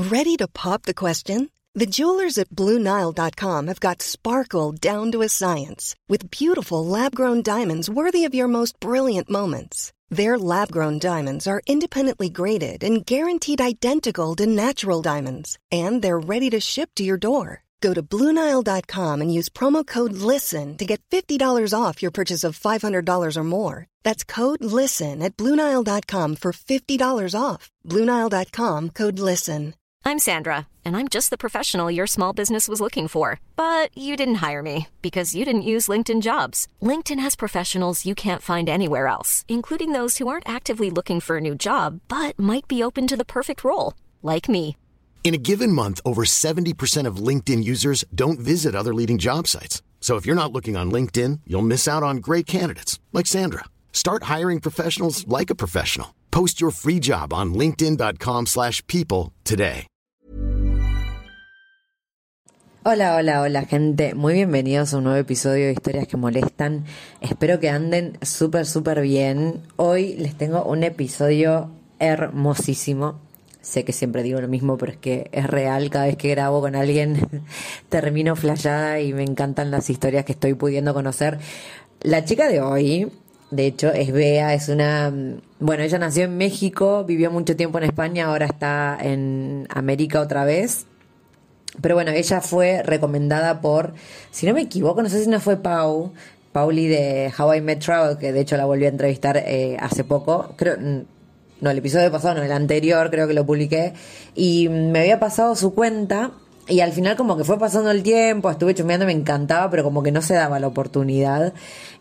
Ready to pop the question? The jewelers at BlueNile.com have got sparkle down to a science with beautiful lab-grown diamonds worthy of your most brilliant moments. Their lab-grown diamonds are independently graded and guaranteed identical to natural diamonds, and they're ready to ship to your door. Go to BlueNile.com and use promo code LISTEN to get $50 off your purchase of $500 or more. That's code LISTEN at BlueNile.com for $50 off. BlueNile.com, code LISTEN. I'm Sandra, and I'm just the professional your small business was looking for. But you didn't hire me because you didn't use LinkedIn Jobs. LinkedIn has professionals you can't find anywhere else, including those who aren't actively looking for a new job, but might be open to the perfect role, like me. In a given month, over 70% of LinkedIn users don't visit other leading job sites. So if you're not looking on LinkedIn, you'll miss out on great candidates like Sandra. Start hiring professionals like a professional. Post your free job on linkedin.com/people today. Hola, hola, hola gente, muy bienvenidos a un nuevo episodio de Historias que Molestan. Espero que anden súper bien. Hoy les tengo un episodio hermosísimo. Sé que siempre digo lo mismo, pero es que es real. Cada vez que grabo con alguien termino flasheada y me encantan las historias que estoy pudiendo conocer. La chica de hoy, de hecho, es Bea, es una... Bueno, ella nació en México, vivió mucho tiempo en España, ahora está en América otra vez. Pero bueno, ella fue recomendada por, si no me equivoco, no sé si no fue Pauli de How I Met Travel, que de hecho la volví a entrevistar hace poco, creo, no, el episodio pasado, no, el anterior creo que lo publiqué, y me había pasado su cuenta, y al final como que fue pasando el tiempo, estuve chusmeando, me encantaba, pero como que no se daba la oportunidad,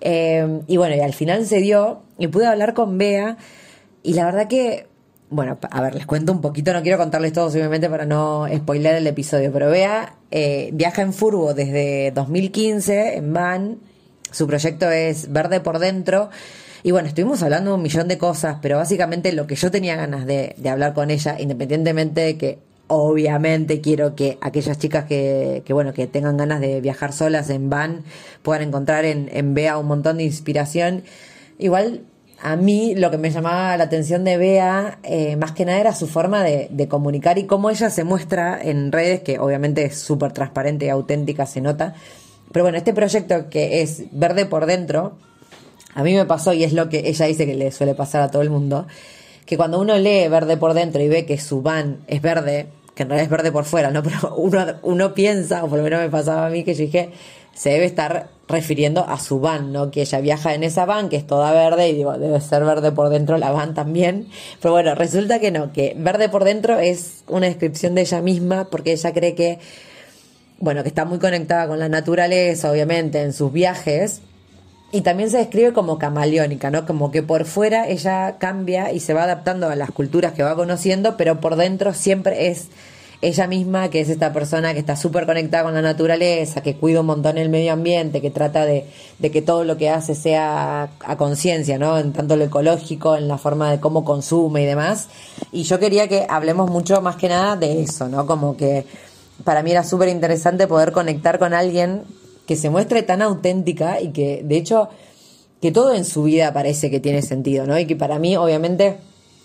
y bueno, y al final se dio, y pude hablar con Bea, y la verdad que... Bueno, a ver, les cuento un poquito, no quiero contarles todo obviamente para no spoiler el episodio, pero Bea viaja en furbo desde 2015 en van, su proyecto es Verde por Dentro, y bueno, estuvimos hablando de un millón de cosas, pero básicamente lo que yo tenía ganas de hablar con ella, independientemente de que obviamente quiero que aquellas chicas que bueno, que tengan ganas de viajar solas en van puedan encontrar en Bea un montón de inspiración. Igual... A mí lo que me llamaba la atención de Bea, más que nada era su forma de comunicar y cómo ella se muestra en redes, que obviamente es súper transparente y auténtica, se nota. Pero bueno, este proyecto que es Verde por Dentro, a mí me pasó, y es lo que ella dice que le suele pasar a todo el mundo, que cuando uno lee Verde por Dentro y ve que su van es verde, que en realidad es verde por fuera, ¿no? Pero uno piensa, o por lo menos me pasaba a mí, que yo dije, se debe estar refiriendo a su van, ¿no? Que ella viaja en esa van, que es toda verde, y digo, debe ser verde por dentro la van también. Pero bueno, resulta que no, que verde por dentro es una descripción de ella misma, porque ella cree que, bueno, que está muy conectada con la naturaleza, obviamente, en sus viajes. Y también se describe como camaleónica, ¿no? Como que por fuera ella cambia y se va adaptando a las culturas que va conociendo, pero por dentro siempre es ella misma, que es esta persona que está súper conectada con la naturaleza, que cuida un montón el medio ambiente, que trata de que todo lo que hace sea a conciencia, ¿no? En tanto lo ecológico, en la forma de cómo consume y demás. Y yo quería que hablemos mucho más que nada de eso, ¿no? Como que para mí era súper interesante poder conectar con alguien que se muestre tan auténtica y que, de hecho, que todo en su vida parece que tiene sentido, ¿no? Y que para mí, obviamente,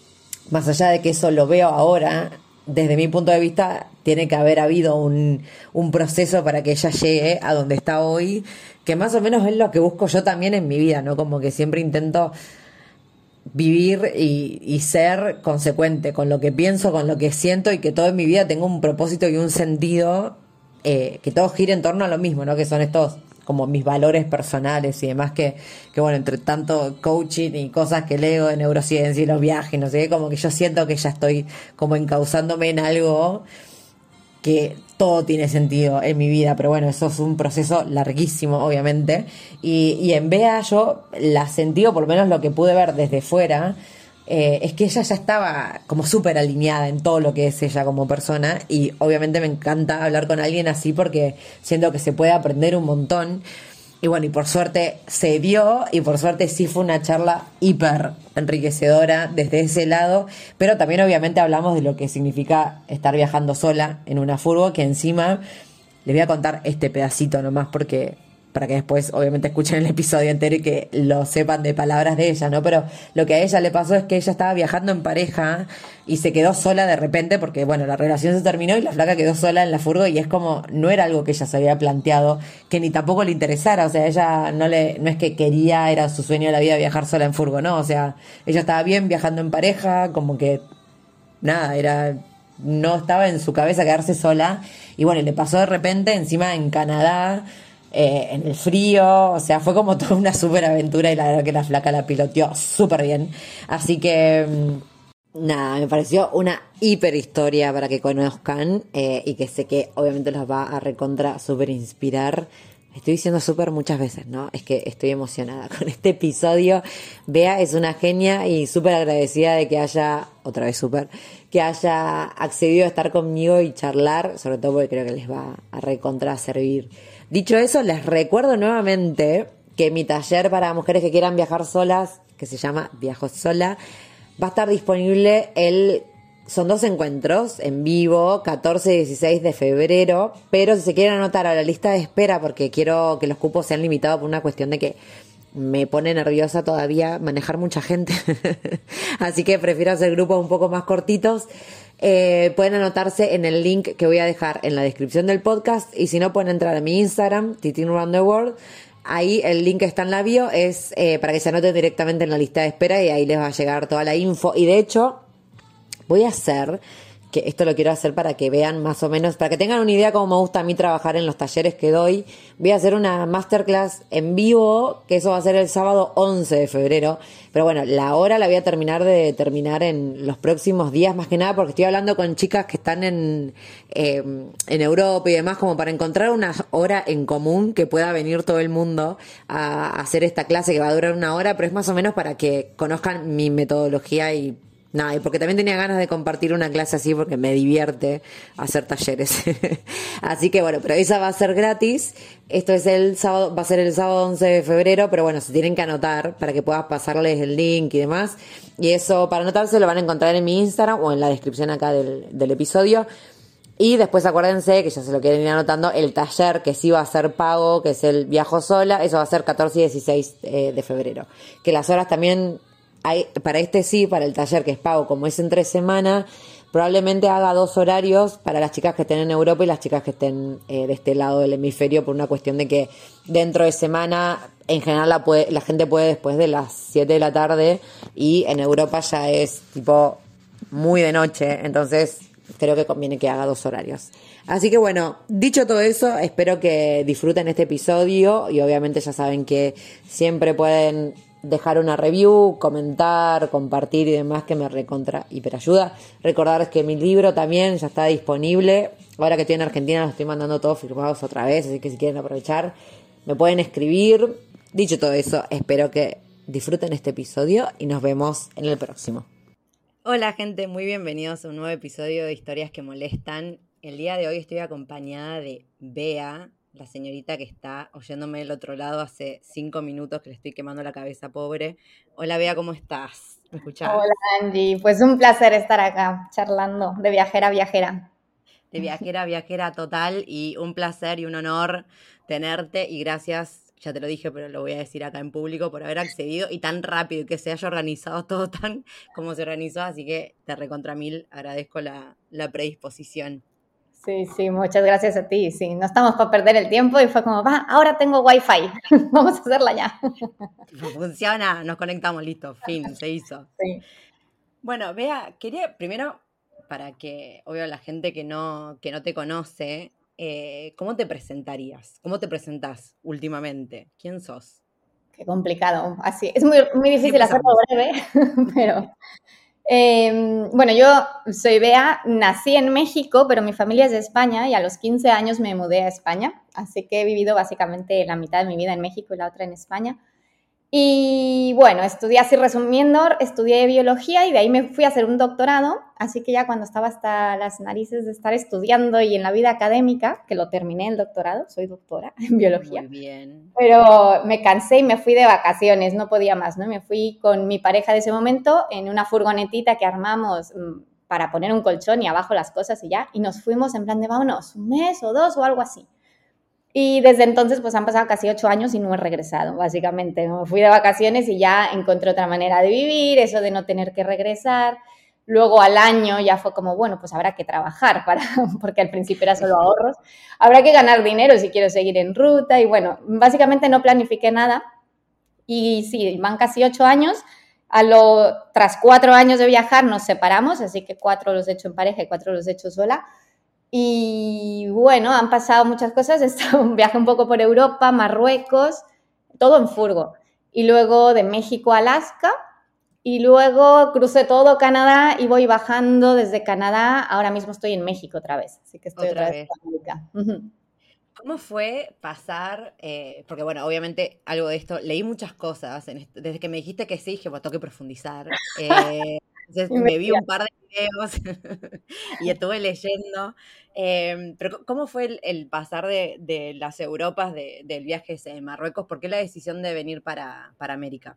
más allá de que eso lo veo ahora, desde mi punto de vista, tiene que haber habido un proceso para que ella llegue a donde está hoy, que más o menos es lo que busco yo también en mi vida, ¿no? Como que siempre intento vivir y ser consecuente con lo que pienso, con lo que siento, y que todo en mi vida tenga un propósito y un sentido, que todo gire en torno a lo mismo, ¿no? Que son estos como mis valores personales y demás, que bueno, entre tanto coaching y cosas que leo de neurociencia y los viajes, no sé qué, como que yo siento que ya estoy como encauzándome en algo que todo tiene sentido en mi vida, pero bueno, eso es un proceso larguísimo, obviamente, y en Bea yo la sentí, o por lo menos lo que pude ver desde fuera, es que ella ya estaba como súper alineada en todo lo que es ella como persona, y obviamente me encanta hablar con alguien así porque siento que se puede aprender un montón. Y bueno, y por suerte se dio, y por suerte sí fue una charla hiper enriquecedora desde ese lado, pero también obviamente hablamos de lo que significa estar viajando sola en una furgo, que encima les voy a contar este pedacito nomás porque para que después obviamente escuchen el episodio entero y que lo sepan de palabras de ella, ¿no? Pero lo que a ella le pasó es que ella estaba viajando en pareja y se quedó sola de repente porque, bueno, la relación se terminó y la flaca quedó sola en la furgo y es como, no era algo que ella se había planteado, que ni tampoco le interesara, o sea, ella no es que quería, era su sueño de la vida viajar sola en furgo, ¿no? O sea, ella estaba bien viajando en pareja, como que, nada, no estaba en su cabeza quedarse sola y bueno, le pasó de repente encima en Canadá, en el frío, o sea, fue como toda una súper aventura y la verdad que la flaca la piloteó súper bien. Así que, nada, me pareció una hiper historia para que conozcan y que sé que obviamente los va a recontra súper inspirar. Estoy diciendo súper muchas veces, ¿no? Es que estoy emocionada con este episodio. Bea es una genia y súper agradecida de que haya, otra vez súper, que haya accedido a estar conmigo y charlar, sobre todo porque creo que les va a recontra servir. Dicho eso, les recuerdo nuevamente que mi taller para mujeres que quieran viajar solas, que se llama Viajo Sola, va a estar disponible son 2 encuentros en vivo, 14 y 16 de febrero, pero si se quieren anotar a la lista de espera, porque quiero que los cupos sean limitados por una cuestión de que me pone nerviosa todavía manejar mucha gente, así que prefiero hacer grupos un poco más cortitos. Pueden anotarse en el link que voy a dejar en la descripción del podcast y si no pueden entrar a mi Instagram, Titin Around the World. Ahí el link que está en la bio es para que se anoten directamente en la lista de espera y ahí les va a llegar toda la info. Y de hecho, voy a hacer, que esto lo quiero hacer para que vean más o menos, para que tengan una idea cómo me gusta a mí trabajar en los talleres que doy. Voy a hacer una masterclass en vivo, que eso va a ser el sábado 11 de febrero. Pero bueno, la hora la voy a terminar en los próximos días, más que nada porque estoy hablando con chicas que están en Europa y demás, como para encontrar una hora en común que pueda venir todo el mundo a hacer esta clase que va a durar 1 hora, pero es más o menos para que conozcan mi metodología y nada, y porque también tenía ganas de compartir una clase así porque me divierte hacer talleres. Así que bueno, pero esa va a ser gratis. Esto es el sábado, va a ser el sábado 11 de febrero, pero bueno, se tienen que anotar para que puedas pasarles el link y demás. Y eso, para anotarse, lo van a encontrar en mi Instagram o en la descripción acá del episodio. Y después acuérdense que ya se lo quieren ir anotando, el taller que sí va a ser pago, que es el Viajo Sola, eso va a ser 14 y 16 de febrero. Que las horas también para para el taller que es pago, como es entre semana, probablemente haga 2 horarios para las chicas que estén en Europa y las chicas que estén de este lado del hemisferio, por una cuestión de que dentro de semana en general la gente puede después de las 7 de la tarde y en Europa ya es tipo muy de noche, entonces creo que conviene que haga 2 horarios. Así que bueno, dicho todo eso, espero que disfruten este episodio y obviamente ya saben que siempre pueden dejar una review, comentar, compartir y demás, que me recontra hiperayuda. Recordarles que mi libro también ya está disponible. Ahora que estoy en Argentina los estoy mandando todos firmados otra vez, así que si quieren aprovechar me pueden escribir. Dicho todo eso, espero que disfruten este episodio y nos vemos en el próximo. Hola gente, muy bienvenidos a un nuevo episodio de Historias que Molestan. El día de hoy estoy acompañada de Bea, la señorita que está oyéndome del otro lado hace 5 minutos que le estoy quemando la cabeza, pobre. Hola Bea, ¿cómo estás? ¿Me escuchás? Hola Angie, pues un placer estar acá charlando de viajera a viajera. De viajera a viajera total y un placer y un honor tenerte y gracias, ya te lo dije pero lo voy a decir acá en público, por haber accedido y tan rápido y que se haya organizado todo tan como se organizó, así que te recontra mil, agradezco la predisposición. Sí, muchas gracias a ti. Sí, no estamos para perder el tiempo y fue como, ahora tengo wifi, vamos a hacerla ya. Funciona, nos conectamos, listo, fin, se hizo. Sí. Bueno, Bea, quería primero, para que, obvio, la gente que no te conoce, ¿cómo te presentarías? ¿Cómo te presentás últimamente? ¿Quién sos? Qué complicado, así. Es muy, muy difícil hacerlo breve, pero... bueno, yo soy Bea, nací en México, pero mi familia es de España y a los 15 años me mudé a España, así que he vivido básicamente la mitad de mi vida en México y la otra en España. Y bueno, estudié biología y de ahí me fui a hacer un doctorado, así que ya cuando estaba hasta las narices de estar estudiando y en la vida académica, que lo terminé el doctorado, soy doctora en biología. Muy bien. Pero me cansé y me fui de vacaciones, no podía más, ¿no? Me fui con mi pareja de ese momento en una furgonetita que armamos para poner un colchón y abajo las cosas y ya, y nos fuimos en plan de vámonos, 1 mes o 2 o algo así. Y desde entonces pues han pasado casi 8 años y no he regresado, básicamente. Me fui de vacaciones y ya encontré otra manera de vivir, eso de no tener que regresar. Luego al año ya fue como, bueno, pues habrá que trabajar porque al principio era solo ahorros. Habrá que ganar dinero si quiero seguir en ruta y bueno, básicamente no planifiqué nada. Y sí, van casi 8 años. Tras 4 años de viajar nos separamos, así que 4 los he hecho en pareja y 4 los he hecho sola. Y bueno, han pasado muchas cosas. He estado un viaje un poco por Europa, Marruecos, todo en furgo. Y luego de México a Alaska. Y luego crucé todo Canadá y voy bajando desde Canadá. Ahora mismo estoy en México otra vez. Así que estoy otra vez en América. ¿Cómo fue pasar? Porque bueno, obviamente algo de esto, leí muchas cosas, desde que me dijiste que sí, dije, bueno, tengo que profundizar. Entonces me vi un par de videos y estuve leyendo. Pero ¿cómo fue el pasar de las Europas, del viaje ese de Marruecos? ¿Por qué la decisión de venir para América?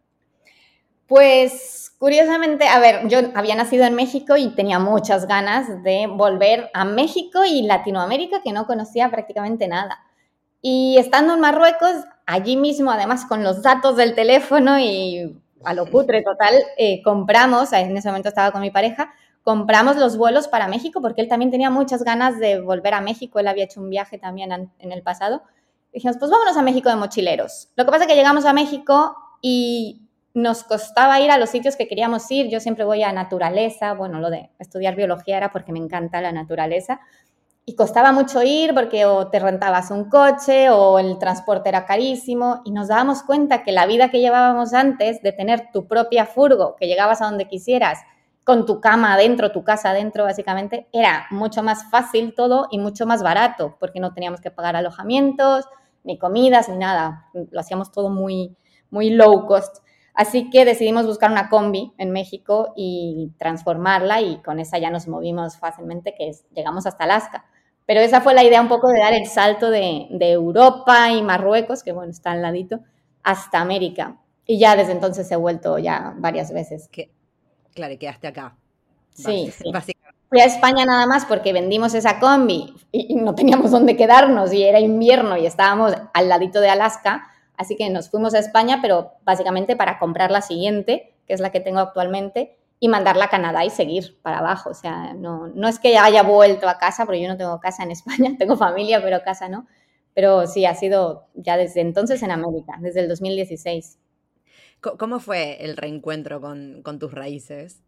Pues curiosamente, a ver, yo había nacido en México y tenía muchas ganas de volver a México y Latinoamérica, que no conocía prácticamente nada. Y estando en Marruecos, allí mismo, además con los datos del teléfono y a lo cutre total, compramos, en ese momento estaba con mi pareja, compramos los vuelos para México porque él también tenía muchas ganas de volver a México, él había hecho un viaje también en el pasado. Dijimos, pues vámonos a México de mochileros. Lo que pasa es que llegamos a México y nos costaba ir a los sitios que queríamos ir. Yo siempre voy a naturaleza, bueno, lo de estudiar biología era porque me encanta la naturaleza. Y costaba mucho ir porque o te rentabas un coche o el transporte era carísimo y nos dábamos cuenta que la vida que llevábamos antes de tener tu propia furgo, que llegabas a donde quisieras, con tu cama adentro, tu casa adentro básicamente, era mucho más fácil todo y mucho más barato porque no teníamos que pagar alojamientos, ni comidas, ni nada. Lo hacíamos todo muy, muy low cost. Así que decidimos buscar una combi en México y transformarla y con esa ya nos movimos fácilmente, llegamos hasta Alaska. Pero esa fue la idea un poco de dar el salto de Europa y Marruecos, que bueno, está al ladito, hasta América. Y ya desde entonces he vuelto ya varias veces. Claro, y quedaste acá. Sí, sí. Básicamente. Fui a España nada más porque vendimos esa combi y no teníamos dónde quedarnos y era invierno y estábamos al ladito de Alaska. Así que nos fuimos a España, pero básicamente para comprar la siguiente, que es la que tengo actualmente, y mandarla a Canadá y seguir para abajo. O sea, no es que haya vuelto a casa, porque yo no tengo casa en España, tengo familia, pero casa no. Pero sí, ha sido ya desde entonces en América, desde el 2016. ¿Cómo fue el reencuentro con tus raíces?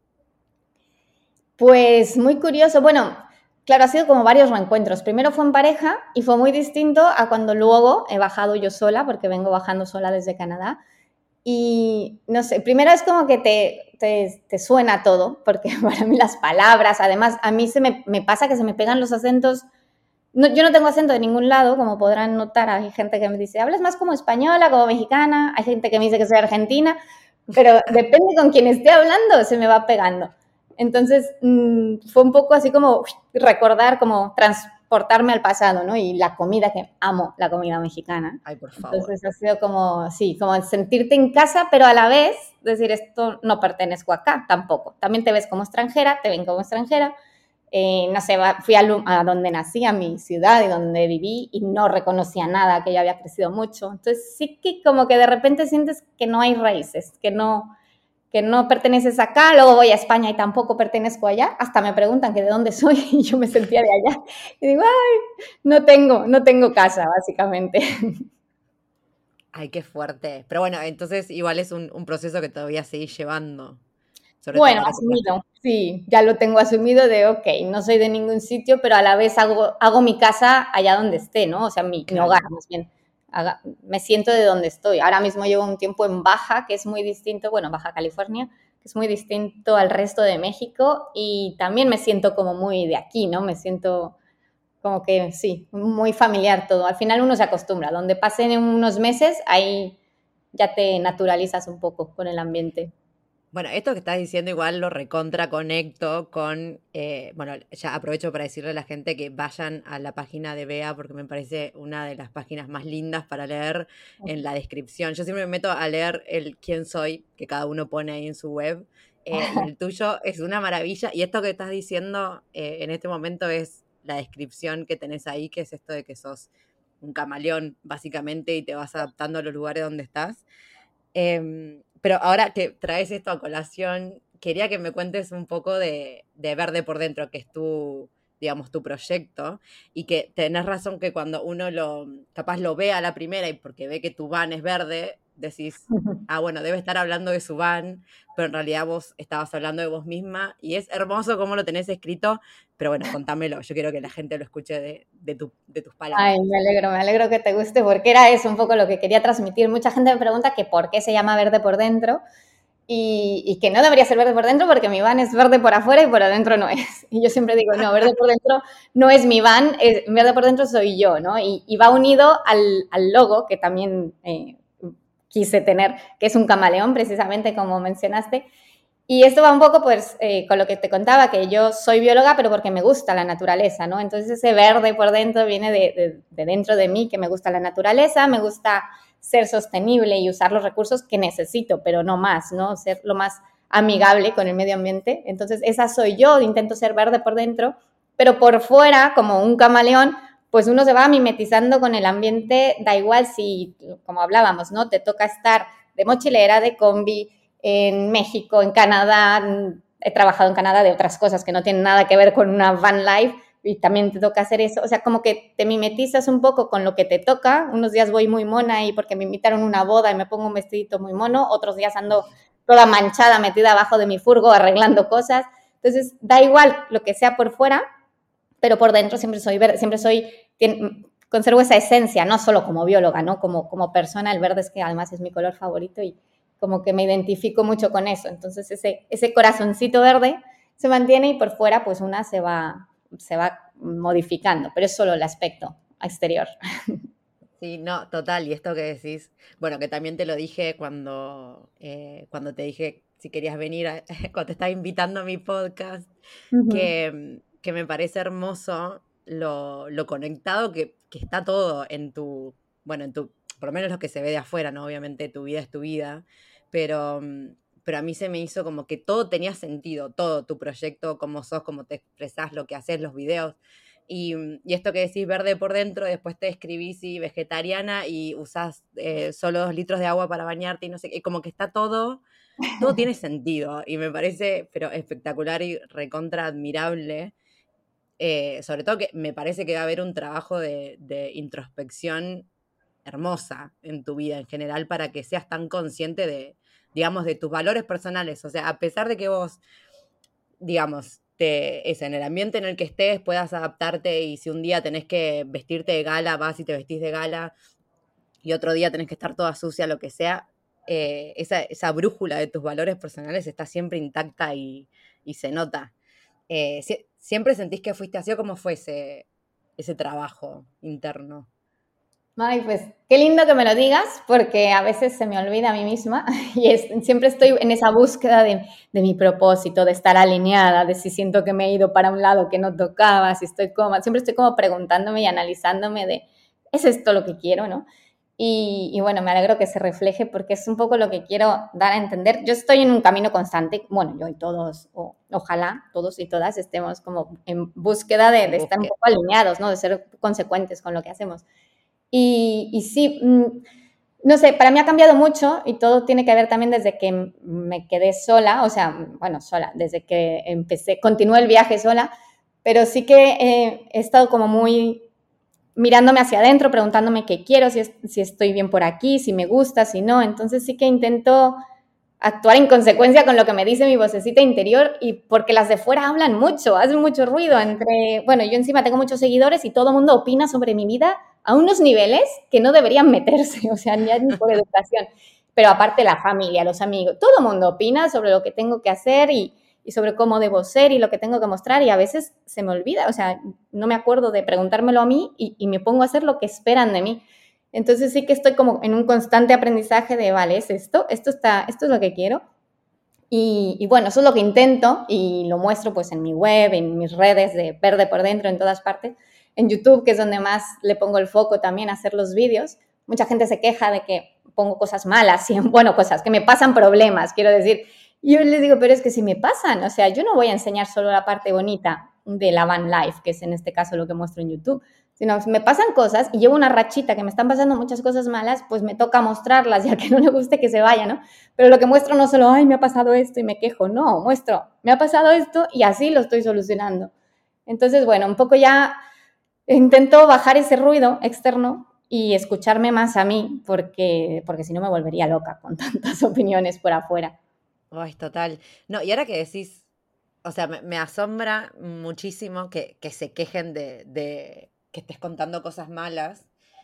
Pues muy curioso. Bueno, claro, ha sido como varios reencuentros. Primero fue en pareja y fue muy distinto a cuando luego he bajado yo sola, porque vengo bajando sola desde Canadá. Y no sé, primero es como que te suena todo, porque para mí las palabras, además, a mí me pasa que se me pegan los acentos. No, yo no tengo acento de ningún lado, como podrán notar. Hay gente que me dice, hablas más como española, como mexicana. Hay gente que me dice que soy argentina, pero depende con quién esté hablando, se me va pegando. Entonces, fue un poco así como recordar, como transportarme al pasado, ¿no? Y la comida, que amo la comida mexicana. Ay, por favor. Entonces ha sido como, sí, como sentirte en casa, pero a la vez decir, esto no pertenezco acá tampoco. También te ves como extranjera, te ven como extranjera. No sé, fui a donde nací, a mi ciudad y donde viví y no reconocía nada, que yo había crecido mucho. Entonces sí que como que de repente sientes que no hay raíces, que no perteneces acá, luego voy a España y tampoco pertenezco allá, hasta me preguntan que de dónde soy y yo me sentía de allá. Y digo, ay, no tengo casa, básicamente. Ay, qué fuerte. Pero bueno, entonces igual es un proceso que todavía seguís llevando. Bueno, asumido, sí, ya lo tengo asumido de, ok, no soy de ningún sitio, pero a la vez hago mi casa allá donde esté, ¿no? O sea, mi hogar, más bien. Me siento de donde estoy. Ahora mismo llevo un tiempo en Baja, que es muy distinto, bueno, Baja California, que es muy distinto al resto de México y también me siento como muy de aquí, ¿no? Me siento como que, sí, muy familiar todo. Al final uno se acostumbra. Donde pasen unos meses, ahí ya te naturalizas un poco con el ambiente. Bueno, esto que estás diciendo igual lo recontra conecto con, bueno, ya aprovecho para decirle a la gente que vayan a la página de Bea porque me parece una de las páginas más lindas para leer en la descripción. Yo siempre me meto a leer el quién soy, que cada uno pone ahí en su web, y el tuyo es una maravilla. Y esto que estás diciendo en este momento es la descripción que tenés ahí, que es esto de que sos un camaleón, básicamente, y te vas adaptando a los lugares donde estás. Pero ahora que traes esto a colación, quería que me cuentes un poco de Verde por Dentro, que es digamos, tu proyecto, y que tenés razón que cuando uno capaz lo ve a la primera y porque ve que tu van es verde, decís, bueno, debe estar hablando de su van, pero en realidad vos estabas hablando de vos misma, y es hermoso cómo lo tenés escrito, pero bueno, contámelo, yo quiero que la gente lo escuche de tus palabras. Ay, me alegro que te guste, porque era eso un poco lo que quería transmitir. Mucha gente me pregunta que por qué se llama Verde por Dentro, y que no debería ser verde por dentro porque mi van es verde por afuera y por adentro no es. Y yo siempre digo, no, verde por dentro no es mi van, verde por dentro soy yo, ¿no? Y va unido al logo que también quise tener, que es un camaleón, precisamente como mencionaste. Y esto va un poco, pues, con lo que te contaba, que yo soy bióloga, pero porque me gusta la naturaleza, ¿no? Entonces ese verde por dentro viene de dentro de mí, que me gusta la naturaleza, me gusta ser sostenible y usar los recursos que necesito, pero no más, ¿no? Ser lo más amigable con el medio ambiente. Entonces, esa soy yo, intento ser verde por dentro, pero por fuera, como un camaleón, pues uno se va mimetizando con el ambiente, da igual si, como hablábamos, ¿no? Te toca estar de mochilera, de combi, en México, en Canadá, he trabajado en Canadá de otras cosas que no tienen nada que ver con una van life, y también te toca hacer eso, o sea, como que te mimetizas un poco con lo que te toca. Unos días voy muy mona y porque me invitaron a una boda y me pongo un vestidito muy mono, otros días ando toda manchada, metida abajo de mi furgo arreglando cosas. Entonces, da igual lo que sea por fuera, pero por dentro siempre conservo esa esencia, no solo como bióloga, ¿no? Como persona. El verde es que además es mi color favorito y como que me identifico mucho con eso. Entonces, ese corazoncito verde se mantiene y por fuera, pues una se va modificando, pero es solo el aspecto exterior. Sí, no, total, y esto que decís, bueno, que también te lo dije cuando te dije si querías venir, cuando te estaba invitando a mi podcast, Uh-huh. que me parece hermoso lo conectado que está todo por lo menos lo que se ve de afuera, ¿no? Obviamente tu vida es tu vida, pero a mí se me hizo como que todo tenía sentido, todo tu proyecto, cómo sos, cómo te expresás, lo que haces, los videos. Y esto que decís verde por dentro, después te escribís vegetariana y usás solo 2 litros de agua para bañarte y no sé qué, como que está todo tiene sentido y me parece pero espectacular y recontra admirable. Sobre todo que me parece que va a haber un trabajo de introspección hermosa en tu vida en general para que seas tan consciente digamos, de tus valores personales. O sea, a pesar de que vos, digamos, en el ambiente en el que estés puedas adaptarte y si un día tenés que vestirte de gala, vas y te vestís de gala y otro día tenés que estar toda sucia, lo que sea, esa brújula de tus valores personales está siempre intacta y se nota. ¿Siempre sentís que fuiste así o cómo fue ese trabajo interno? Ay, pues qué lindo que me lo digas, porque a veces se me olvida a mí misma y siempre estoy en esa búsqueda de mi propósito, de estar alineada, de si siento que me he ido para un lado que no tocaba, si estoy siempre estoy como preguntándome y analizándome ¿es esto lo que quiero, no? Y bueno, me alegro que se refleje porque es un poco lo que quiero dar a entender. Yo estoy en un camino constante, bueno, yo y todos, ojalá todos y todas estemos como en búsqueda de estar un poco alineados, ¿no? De ser consecuentes con lo que hacemos. Y sí, no sé, para mí ha cambiado mucho y todo tiene que ver también desde que me quedé sola, o sea, bueno, sola, desde que continué el viaje sola, pero sí que he estado como muy mirándome hacia adentro, preguntándome qué quiero, si estoy bien por aquí, si me gusta, si no. Entonces sí que intento actuar en consecuencia con lo que me dice mi vocecita interior y porque las de fuera hablan mucho, hacen mucho ruido bueno, yo encima tengo muchos seguidores y todo el mundo opina sobre mi vida a unos niveles que no deberían meterse, o sea, ni por educación. Pero aparte la familia, los amigos, todo el mundo opina sobre lo que tengo que hacer y sobre cómo debo ser y lo que tengo que mostrar y a veces se me olvida, o sea, no me acuerdo de preguntármelo a mí y me pongo a hacer lo que esperan de mí. Entonces sí que estoy como en un constante aprendizaje de, vale, ¿es esto es lo que quiero? Y bueno, eso es lo que intento y lo muestro pues en mi web, en mis redes de Verde por Dentro, en todas partes, en YouTube, que es donde más le pongo el foco también a hacer los vídeos. Mucha gente se queja de que pongo cosas malas, cosas que me pasan problemas, quiero decir. Y yo les digo, pero es que si me pasan, o sea, yo no voy a enseñar solo la parte bonita. de la van life, que es en este caso lo que muestro en YouTube, sino me pasan cosas y llevo una rachita que me están pasando muchas cosas malas, pues me toca mostrarlas y al que no le guste que se vaya, ¿no? Pero lo que muestro no solo, ay, me ha pasado esto y me quejo, no, muestro, me ha pasado esto y así lo estoy solucionando. Entonces, bueno, un poco ya intento bajar ese ruido externo y escucharme más a mí, porque si no me volvería loca con tantas opiniones por afuera. Ay, total. No, y ahora que decís, o sea, me asombra muchísimo que se quejen de que estés contando cosas malas,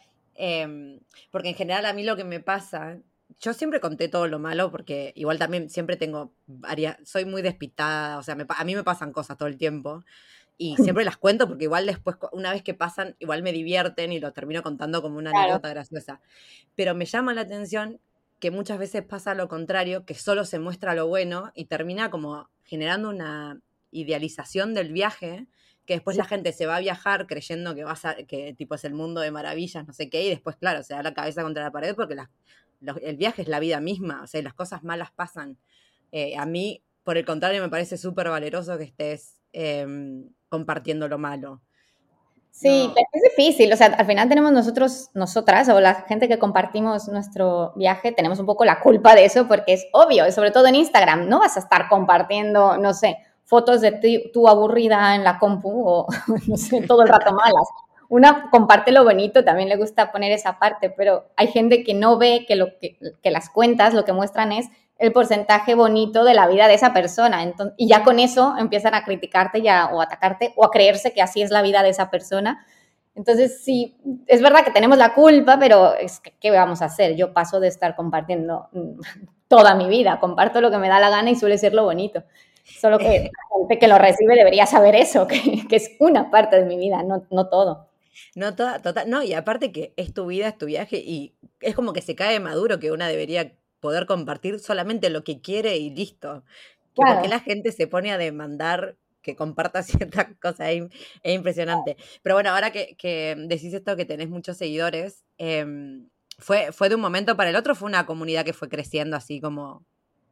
porque en general a mí lo que me pasa, yo siempre conté todo lo malo, porque igual también siempre tengo soy muy despistada, o sea, a mí me pasan cosas todo el tiempo, y siempre las cuento porque igual después, una vez que pasan, igual me divierten y lo termino contando como una Claro. anécdota graciosa. Pero me llama la atención que muchas veces pasa lo contrario, que solo se muestra lo bueno y termina como generando una idealización del viaje, que después la gente se va a viajar creyendo que tipo es el mundo de maravillas, no sé qué, y después, claro, se da la cabeza contra la pared porque el viaje es la vida misma, o sea, las cosas malas pasan. A mí, por el contrario, me parece súper valeroso que estés compartiendo lo malo. Sí, No. pero es difícil, o sea, al final tenemos nosotras, o la gente que compartimos nuestro viaje, tenemos un poco la culpa de eso porque es obvio, sobre todo en Instagram, no vas a estar compartiendo, no sé, fotos de tú aburrida en la compu o, no sé, todo el rato malas. Una comparte lo bonito, también le gusta poner esa parte, pero hay gente que no ve que las cuentas lo que muestran es el porcentaje bonito de la vida de esa persona. Entonces, y ya con eso empiezan a criticarte o a atacarte o a creerse que así es la vida de esa persona. Entonces, sí, es verdad que tenemos la culpa, pero es que, ¿qué vamos a hacer? Yo paso de estar compartiendo toda mi vida, comparto lo que me da la gana y suele ser lo bonito. Solo que la gente que lo recibe debería saber eso, que es una parte de mi vida, no todo. No, total, no, y aparte que es tu vida, es tu viaje, y es como que se cae maduro que una debería poder compartir solamente lo que quiere y listo. Que Claro. porque la gente se pone a demandar que comparta ciertas cosas, es impresionante. Pero bueno, ahora que decís esto, que tenés muchos seguidores, ¿fue de un momento para el otro? ¿Fue una comunidad que fue creciendo así como?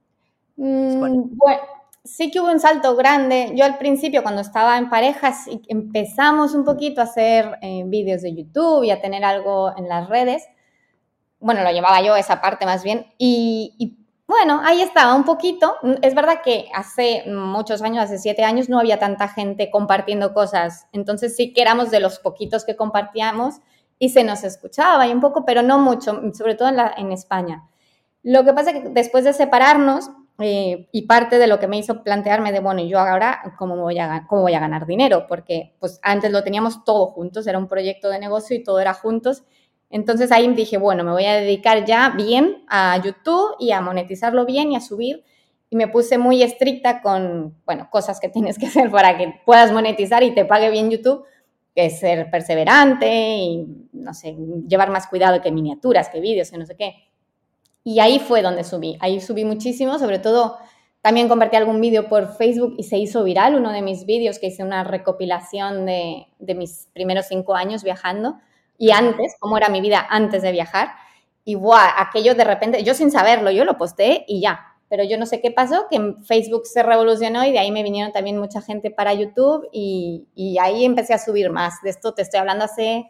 Bueno, sí que hubo un salto grande. Yo al principio, cuando estaba en pareja, sí empezamos un poquito a hacer vídeos de YouTube y a tener algo en las redes. Bueno, lo llevaba yo esa parte más bien. Y bueno, ahí estaba un poquito. Es verdad que hace muchos años, hace 7 años, no había tanta gente compartiendo cosas. Entonces sí que éramos de los poquitos que compartíamos y se nos escuchaba y un poco, pero no mucho, sobre todo en España. Lo que pasa es que después de separarnos, y parte de lo que me hizo plantearme de, bueno, ¿y yo ahora cómo voy a ganar dinero? Porque pues antes lo teníamos todo juntos, era un proyecto de negocio y todo era juntos. Entonces ahí dije, bueno, me voy a dedicar ya bien a YouTube y a monetizarlo bien y a subir. Y me puse muy estricta con, bueno, cosas que tienes que hacer para que puedas monetizar y te pague bien YouTube, que es ser perseverante y, no sé, llevar más cuidado que miniaturas, que vídeos, que no sé qué. Y ahí fue donde subí. Ahí subí muchísimo, sobre todo también compartí algún vídeo por Facebook y se hizo viral uno de mis vídeos, que hice una recopilación de mis primeros 5 años viajando y antes, cómo era mi vida antes de viajar. Y ¡buah! Aquello de repente, yo sin saberlo, yo lo posté y ya. Pero yo no sé qué pasó, que en Facebook se revolucionó y de ahí me vinieron también mucha gente para YouTube y ahí empecé a subir más. De esto te estoy hablando hace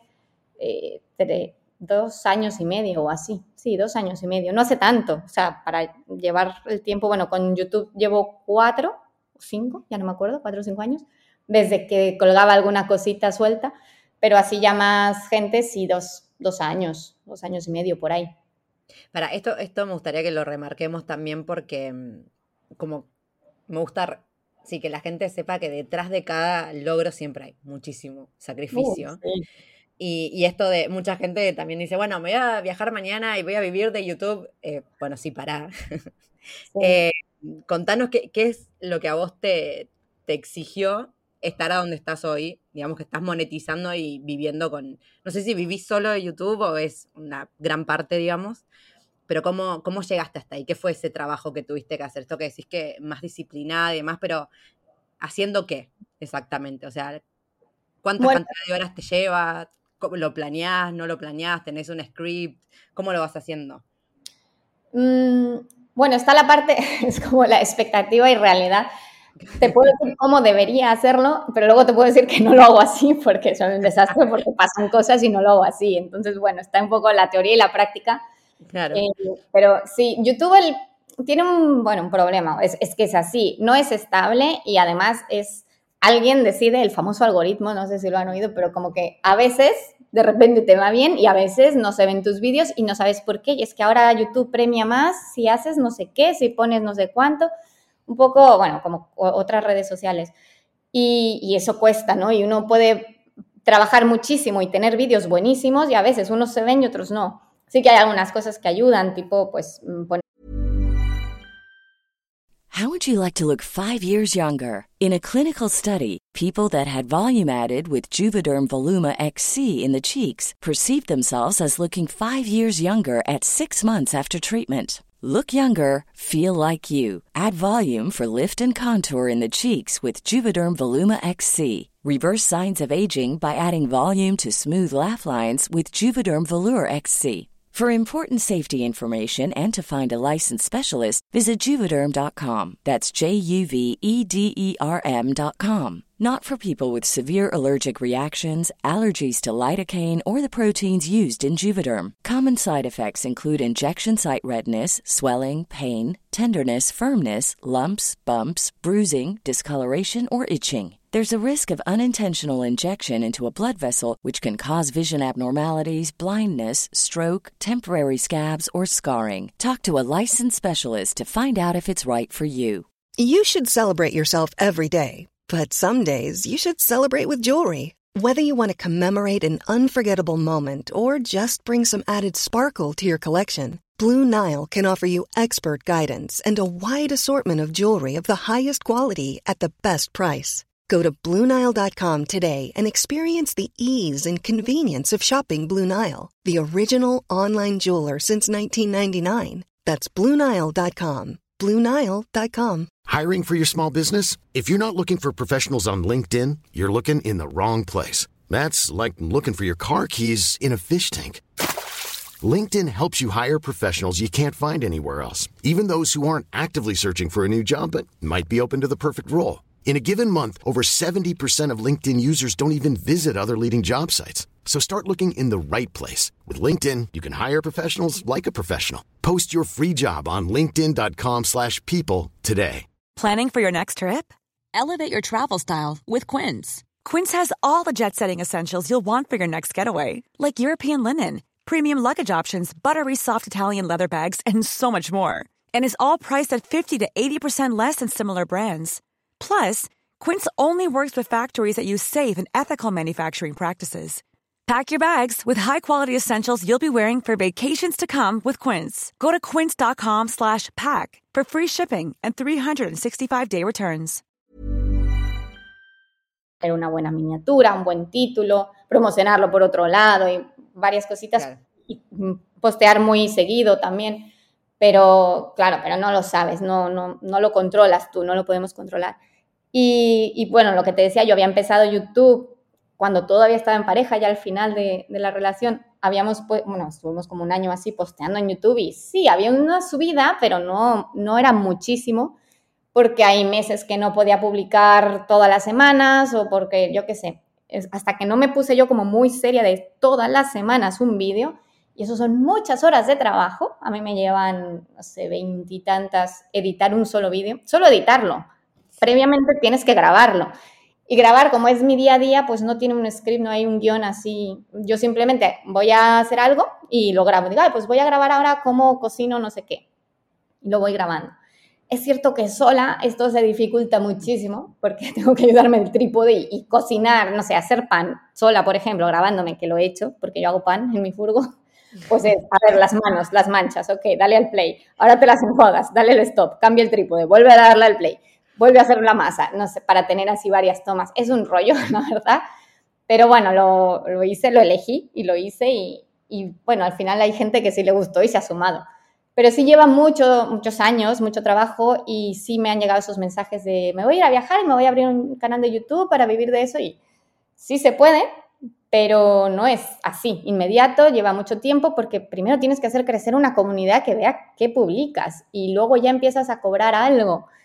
2 años y medio o así. Sí, 2 años y medio. No hace tanto. O sea, para llevar el tiempo, bueno, con YouTube llevo 4 o 5, ya no me acuerdo, 4 o 5 años, desde que colgaba alguna cosita suelta, pero así ya más gente, sí, 2 años, 2 años y medio por ahí. Para esto me gustaría que lo remarquemos también porque como me gusta, sí, que la gente sepa que detrás de cada logro siempre hay muchísimo sacrificio. Sí. Y esto de mucha gente también dice, bueno, me voy a viajar mañana y voy a vivir de YouTube. Bueno, sí, pará. Sí. Contanos qué es lo que a vos te exigió estar a donde estás hoy, digamos que estás monetizando y viviendo con, no sé si vivís solo de YouTube o es una gran parte, digamos, pero ¿cómo llegaste hasta ahí? ¿Qué fue ese trabajo que tuviste que hacer? Esto que decís que más disciplinada y demás, pero ¿haciendo qué exactamente? O sea, ¿cuántas Bueno, cantidades de horas te lleva? ¿Cómo lo planeás? ¿No lo planeás? ¿Tenés un script? ¿Cómo lo vas haciendo? bueno, está la parte, es como la expectativa y realidad. te puedo decir cómo debería hacerlo, pero luego te puedo decir que no lo hago así porque son un desastre, porque pasan cosas y no lo hago así. Entonces, bueno, está un poco la teoría y la práctica. Claro. Pero sí, YouTube tiene un problema, es que es así, no es estable y además alguien decide el famoso algoritmo, no sé si lo han oído, pero como que a veces de repente te va bien y a veces no se ven tus vídeos y no sabes por qué. Y es que ahora YouTube premia más si haces no sé qué, si pones no sé cuánto, un poco, bueno, como otras redes sociales. Y eso cuesta, ¿no? Y uno puede trabajar muchísimo y tener vídeos buenísimos y a veces unos se ven y otros no. Sí que hay algunas cosas que ayudan, tipo, pues, poner. How would you like to look 5 years younger? In a clinical study, people that had volume added with Juvederm Voluma XC in the cheeks perceived themselves as looking 5 years younger at 6 months after treatment. Look younger, feel like you. Add volume for lift and contour in the cheeks with Juvederm Voluma XC. Reverse signs of aging by adding volume to smooth laugh lines with Juvederm Volure XC. For important safety information and to find a licensed specialist, visit Juvederm.com. That's JUVEDERM.com. Not for people with severe allergic reactions, allergies to lidocaine, or the proteins used in Juvederm. Common side effects include injection site redness, swelling, pain, tenderness, firmness, lumps, bumps, bruising, discoloration, or itching. There's a risk of unintentional injection into a blood vessel, which can cause vision abnormalities, blindness, stroke, temporary scabs, or scarring. Talk to a licensed specialist to find out if it's right for you. You should celebrate yourself every day, but some days you should celebrate with jewelry. Whether you want to commemorate an unforgettable moment or just bring some added sparkle to your collection, Blue Nile can offer you expert guidance and a wide assortment of jewelry of the highest quality at the best price. Go to BlueNile.com today and experience the ease and convenience of shopping Blue Nile, the original online jeweler since 1999. That's BlueNile.com. BlueNile.com. Hiring for your small business? If you're not looking for professionals on LinkedIn, you're looking in the wrong place. That's like looking for your car keys in a fish tank. LinkedIn helps you hire professionals you can't find anywhere else, even those who aren't actively searching for a new job but might be open to the perfect role. In a given month, over 70% of LinkedIn users don't even visit other leading job sites. So start looking in the right place. With LinkedIn, you can hire professionals like a professional. Post your free job on linkedin.com/people today. Planning for your next trip? Elevate your travel style with Quince. Quince has all the jet-setting essentials you'll want for your next getaway, like European linen, premium luggage options, buttery soft Italian leather bags, and so much more. And is all priced at 50 to 80% less than similar brands. Plus, Quince only works with factories that use safe and ethical manufacturing practices. Pack your bags with high-quality essentials you'll be wearing for vacations to come with Quince. Go to quince.com/pack for free shipping and 365-day returns. Una buena miniatura, un buen título, promocionarlo por otro lado y varias cositas. Claro. Y postear muy seguido también. Pero, claro, pero no lo sabes, no lo controlas tú, no lo podemos controlar. Y bueno, lo que te decía, yo había empezado YouTube cuando todavía estaba en pareja, ya al final de la relación. Estuvimos como un año así posteando en YouTube y sí, había una subida, pero no era muchísimo, porque hay meses que no podía publicar todas las semanas o porque, yo qué sé, hasta que no me puse yo como muy seria de todas las semanas un vídeo, y eso son muchas horas de trabajo. A mí me llevan, no sé, 20 y tantas editar un solo vídeo, solo editarlo. Previamente tienes que grabarlo. Y grabar, como es mi día a día, pues no tiene un script, no hay un guión así. Yo simplemente voy a hacer algo y lo grabo. Digo, pues voy a grabar ahora cómo cocino no sé qué. Y lo voy grabando. Es cierto que sola esto se dificulta muchísimo porque tengo que ayudarme el trípode y cocinar, no sé, hacer pan sola, por ejemplo, grabándome, que lo he hecho porque yo hago pan en mi furgo. Pues es, a ver, las manos, las manchas, ok, dale al play. Ahora te las enjuagas, dale el stop, cambia el trípode, vuelve a darle al play. Vuelve a hacer la masa, no sé, para tener así varias tomas. Es un rollo, la verdad. Pero bueno, lo hice, lo elegí y lo hice y bueno, al final hay gente que sí le gustó y se ha sumado. Pero sí lleva muchos años, mucho trabajo y sí me han llegado esos mensajes de me voy a ir a viajar y me voy a abrir un canal de YouTube para vivir de eso y sí se puede, pero no es así, inmediato, lleva mucho tiempo porque primero tienes que hacer crecer una comunidad que vea qué publicas y luego ya empiezas a cobrar algo.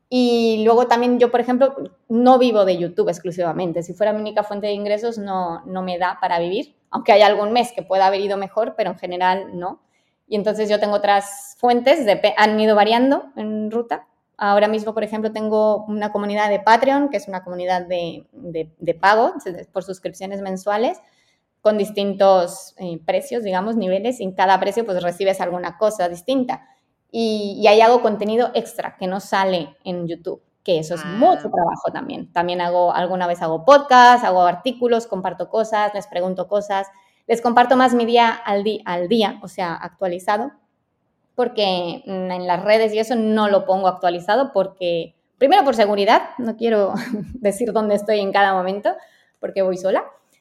Y luego también yo, por ejemplo, no vivo de YouTube exclusivamente. Si fuera mi única fuente de ingresos, no me da para vivir, aunque hay algún mes que pueda haber ido mejor, pero en general no. Y entonces yo tengo otras fuentes, han ido variando en Ruta. Ahora mismo, por ejemplo, tengo una comunidad de Patreon, que es una comunidad de pago por suscripciones mensuales, con distintos precios, digamos, niveles, y en cada precio pues recibes alguna cosa distinta. Y ahí hago contenido extra que no sale en YouTube, que eso es mucho trabajo también. También alguna vez hago podcast, hago artículos, comparto cosas, les pregunto cosas, les comparto más mi día al día, o sea, actualizado, porque en las redes y eso no lo pongo actualizado porque, primero por seguridad, no quiero decir dónde estoy en cada momento porque voy sola.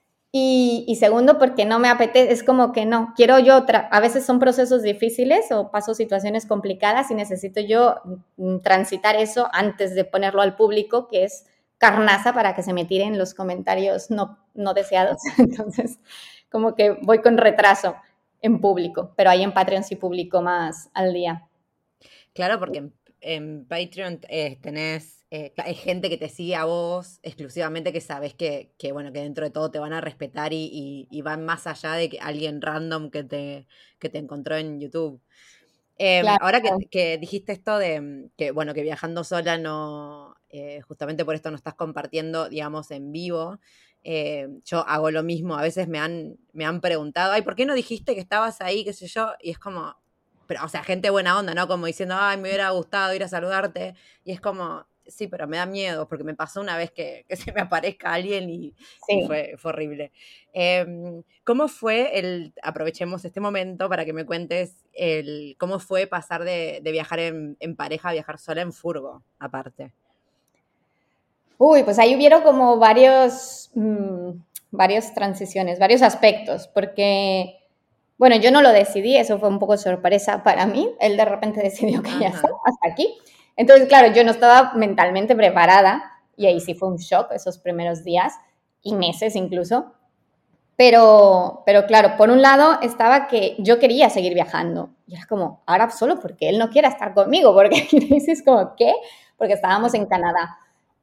Y segundo, porque no me apetece, es como que no, quiero yo, a veces son procesos difíciles o paso situaciones complicadas y necesito yo transitar eso antes de ponerlo al público, que es carnaza para que se me tiren los comentarios no deseados. Entonces, como que voy con retraso en público, pero ahí en Patreon sí publico más al día. Claro, porque en Patreon tenés... hay gente que te sigue a vos exclusivamente, que sabes que bueno, que dentro de todo te van a respetar y van más allá de que alguien random que te encontró en YouTube. Claro. Ahora que dijiste esto de que, bueno, que viajando sola no, justamente por esto no estás compartiendo, digamos, en vivo. Yo hago lo mismo, a veces me han preguntado, ay, ¿por qué no dijiste que estabas ahí, qué sé yo? Y es como, pero, o sea, gente buena onda, ¿no? Como diciendo, ay, me hubiera gustado ir a saludarte, y es como... Sí, pero me da miedo, porque me pasó una vez que se me aparezca alguien y fue horrible. ¿Cómo fue aprovechemos este momento para que me cuentes cómo fue pasar de viajar en pareja a viajar sola en furgo, aparte? Uy, pues ahí hubieron como varias transiciones, varios aspectos, porque, bueno, yo no lo decidí, eso fue un poco sorpresa para mí, él de repente decidió que ya está, hasta aquí. Entonces, claro, yo no estaba mentalmente preparada y ahí sí fue un shock esos primeros días y meses incluso. Pero claro, por un lado estaba que yo quería seguir viajando. Y era como, ahora solo porque él no quiera estar conmigo, porque dices como, ¿qué? Porque estábamos en Canadá.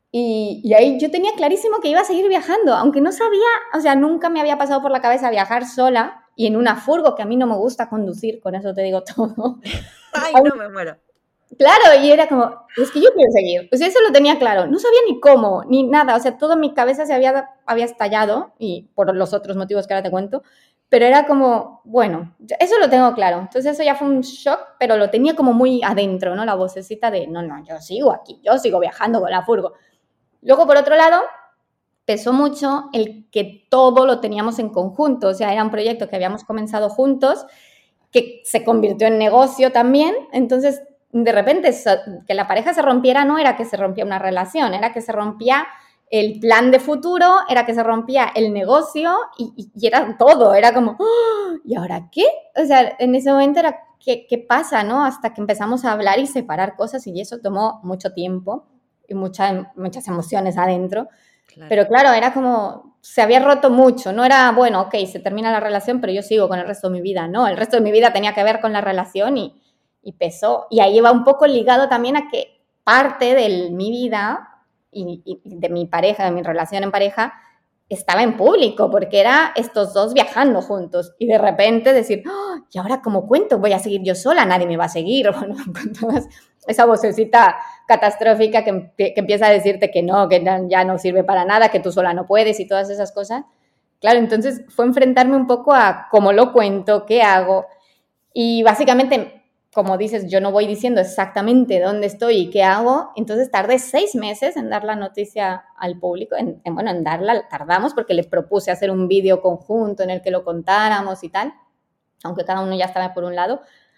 Y ahí yo tenía clarísimo que iba a seguir viajando, aunque no sabía, o sea, nunca me había pasado por la cabeza viajar sola y en una furgo, que a mí no me gusta conducir, con eso te digo todo. Ay, no, me muero. Claro, y era como, es que yo quiero seguir. O sea, eso lo tenía claro. No sabía ni cómo, ni nada. O sea, toda mi cabeza se había estallado, y por los otros motivos que ahora te cuento, pero era como, bueno, eso lo tengo claro. Entonces eso ya fue un shock, pero lo tenía como muy adentro, ¿no? La vocecita de, no, yo sigo aquí, yo sigo viajando con la furgo. Luego, por otro lado, pesó mucho el que todo lo teníamos en conjunto. O sea, era un proyecto que habíamos comenzado juntos, que se convirtió en negocio también. Entonces, de repente, que la pareja se rompiera no era que se rompía una relación, era que se rompía el plan de futuro, era que se rompía el negocio y era todo, era como, ¡oh! ¿Y ahora qué? O sea, en ese momento era, ¿qué pasa, no? Hasta que empezamos a hablar y separar cosas y eso tomó mucho tiempo y muchas emociones adentro. Claro. Pero claro, era como, se había roto mucho, no era, bueno, ok, se termina la relación, pero yo sigo con el resto de mi vida, no, el resto de mi vida tenía que ver con la relación y pesó. Y ahí va un poco ligado también a que parte de mi vida y de mi pareja, de mi relación en pareja, estaba en público, porque era estos dos viajando juntos. Y de repente decir, oh, ¿y ahora cómo cuento? Voy a seguir yo sola, nadie me va a seguir. Bueno, con toda esa vocecita catastrófica que empieza a decirte que no, que ya no sirve para nada, que tú sola no puedes y todas esas cosas. Claro, entonces fue enfrentarme un poco a cómo lo cuento, qué hago. Y básicamente, como dices, yo no voy diciendo exactamente dónde estoy y qué hago, entonces tardé 6 meses en dar la noticia al público, en darla, tardamos porque le propuse hacer un vídeo conjunto en el que lo contáramos y tal, aunque cada uno ya estaba por un lado.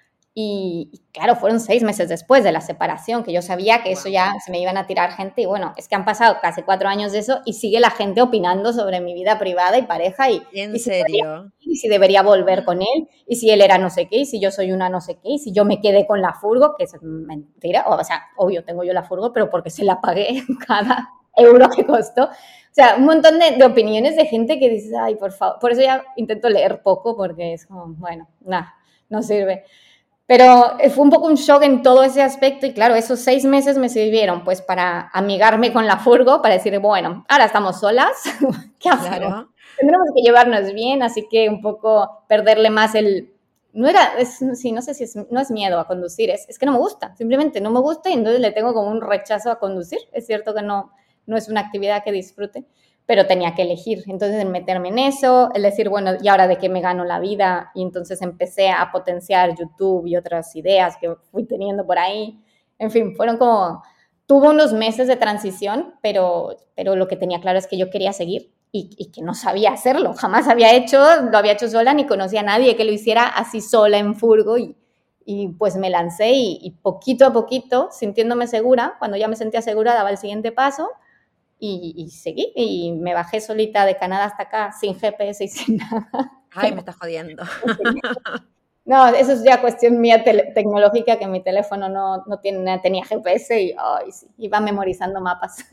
Y claro, fueron 6 meses después de la separación, que yo sabía que eso ya se me iban a tirar gente. Y bueno, es que han pasado casi 4 años de eso y sigue la gente opinando sobre mi vida privada y pareja. ¿En serio? Y si debería volver con él, y si él era no sé qué, y si yo soy una no sé qué, y si yo me quedé con la furgo, que es mentira. O sea, obvio, tengo yo la furgo, pero porque se la pagué cada euro que costó. O sea, un montón de opiniones de gente que dice, ay, por favor. Por eso ya intento leer poco, porque es como, bueno, nada, no sirve. Pero fue un poco un shock en todo ese aspecto y claro, esos 6 meses me sirvieron pues para amigarme con la furgo, para decir, bueno, ahora estamos solas, ¿qué hacemos? Claro. Tendremos que llevarnos bien, así que un poco perderle más el... No era, sí, no sé si es, no es miedo a conducir, es que no me gusta, simplemente no me gusta y entonces le tengo como un rechazo a conducir. Es cierto que no es una actividad que disfrute, pero tenía que elegir. Entonces, el meterme en eso, el decir, bueno, ¿y ahora de qué me gano la vida? Y entonces empecé a potenciar YouTube y otras ideas que fui teniendo por ahí. En fin, fueron como... Tuve unos meses de transición, pero lo que tenía claro es que yo quería seguir y que no sabía hacerlo. Jamás lo había hecho sola, ni conocía a nadie que lo hiciera así sola en furgo y pues me lancé y poquito a poquito, sintiéndome segura, cuando ya me sentía segura, daba el siguiente paso y seguí y me bajé solita de Canadá hasta acá sin GPS y sin nada. Ay, me estás jodiendo. No, eso es ya cuestión mía tecnológica, que mi teléfono no tenía GPS y ay, sí, iba memorizando mapas.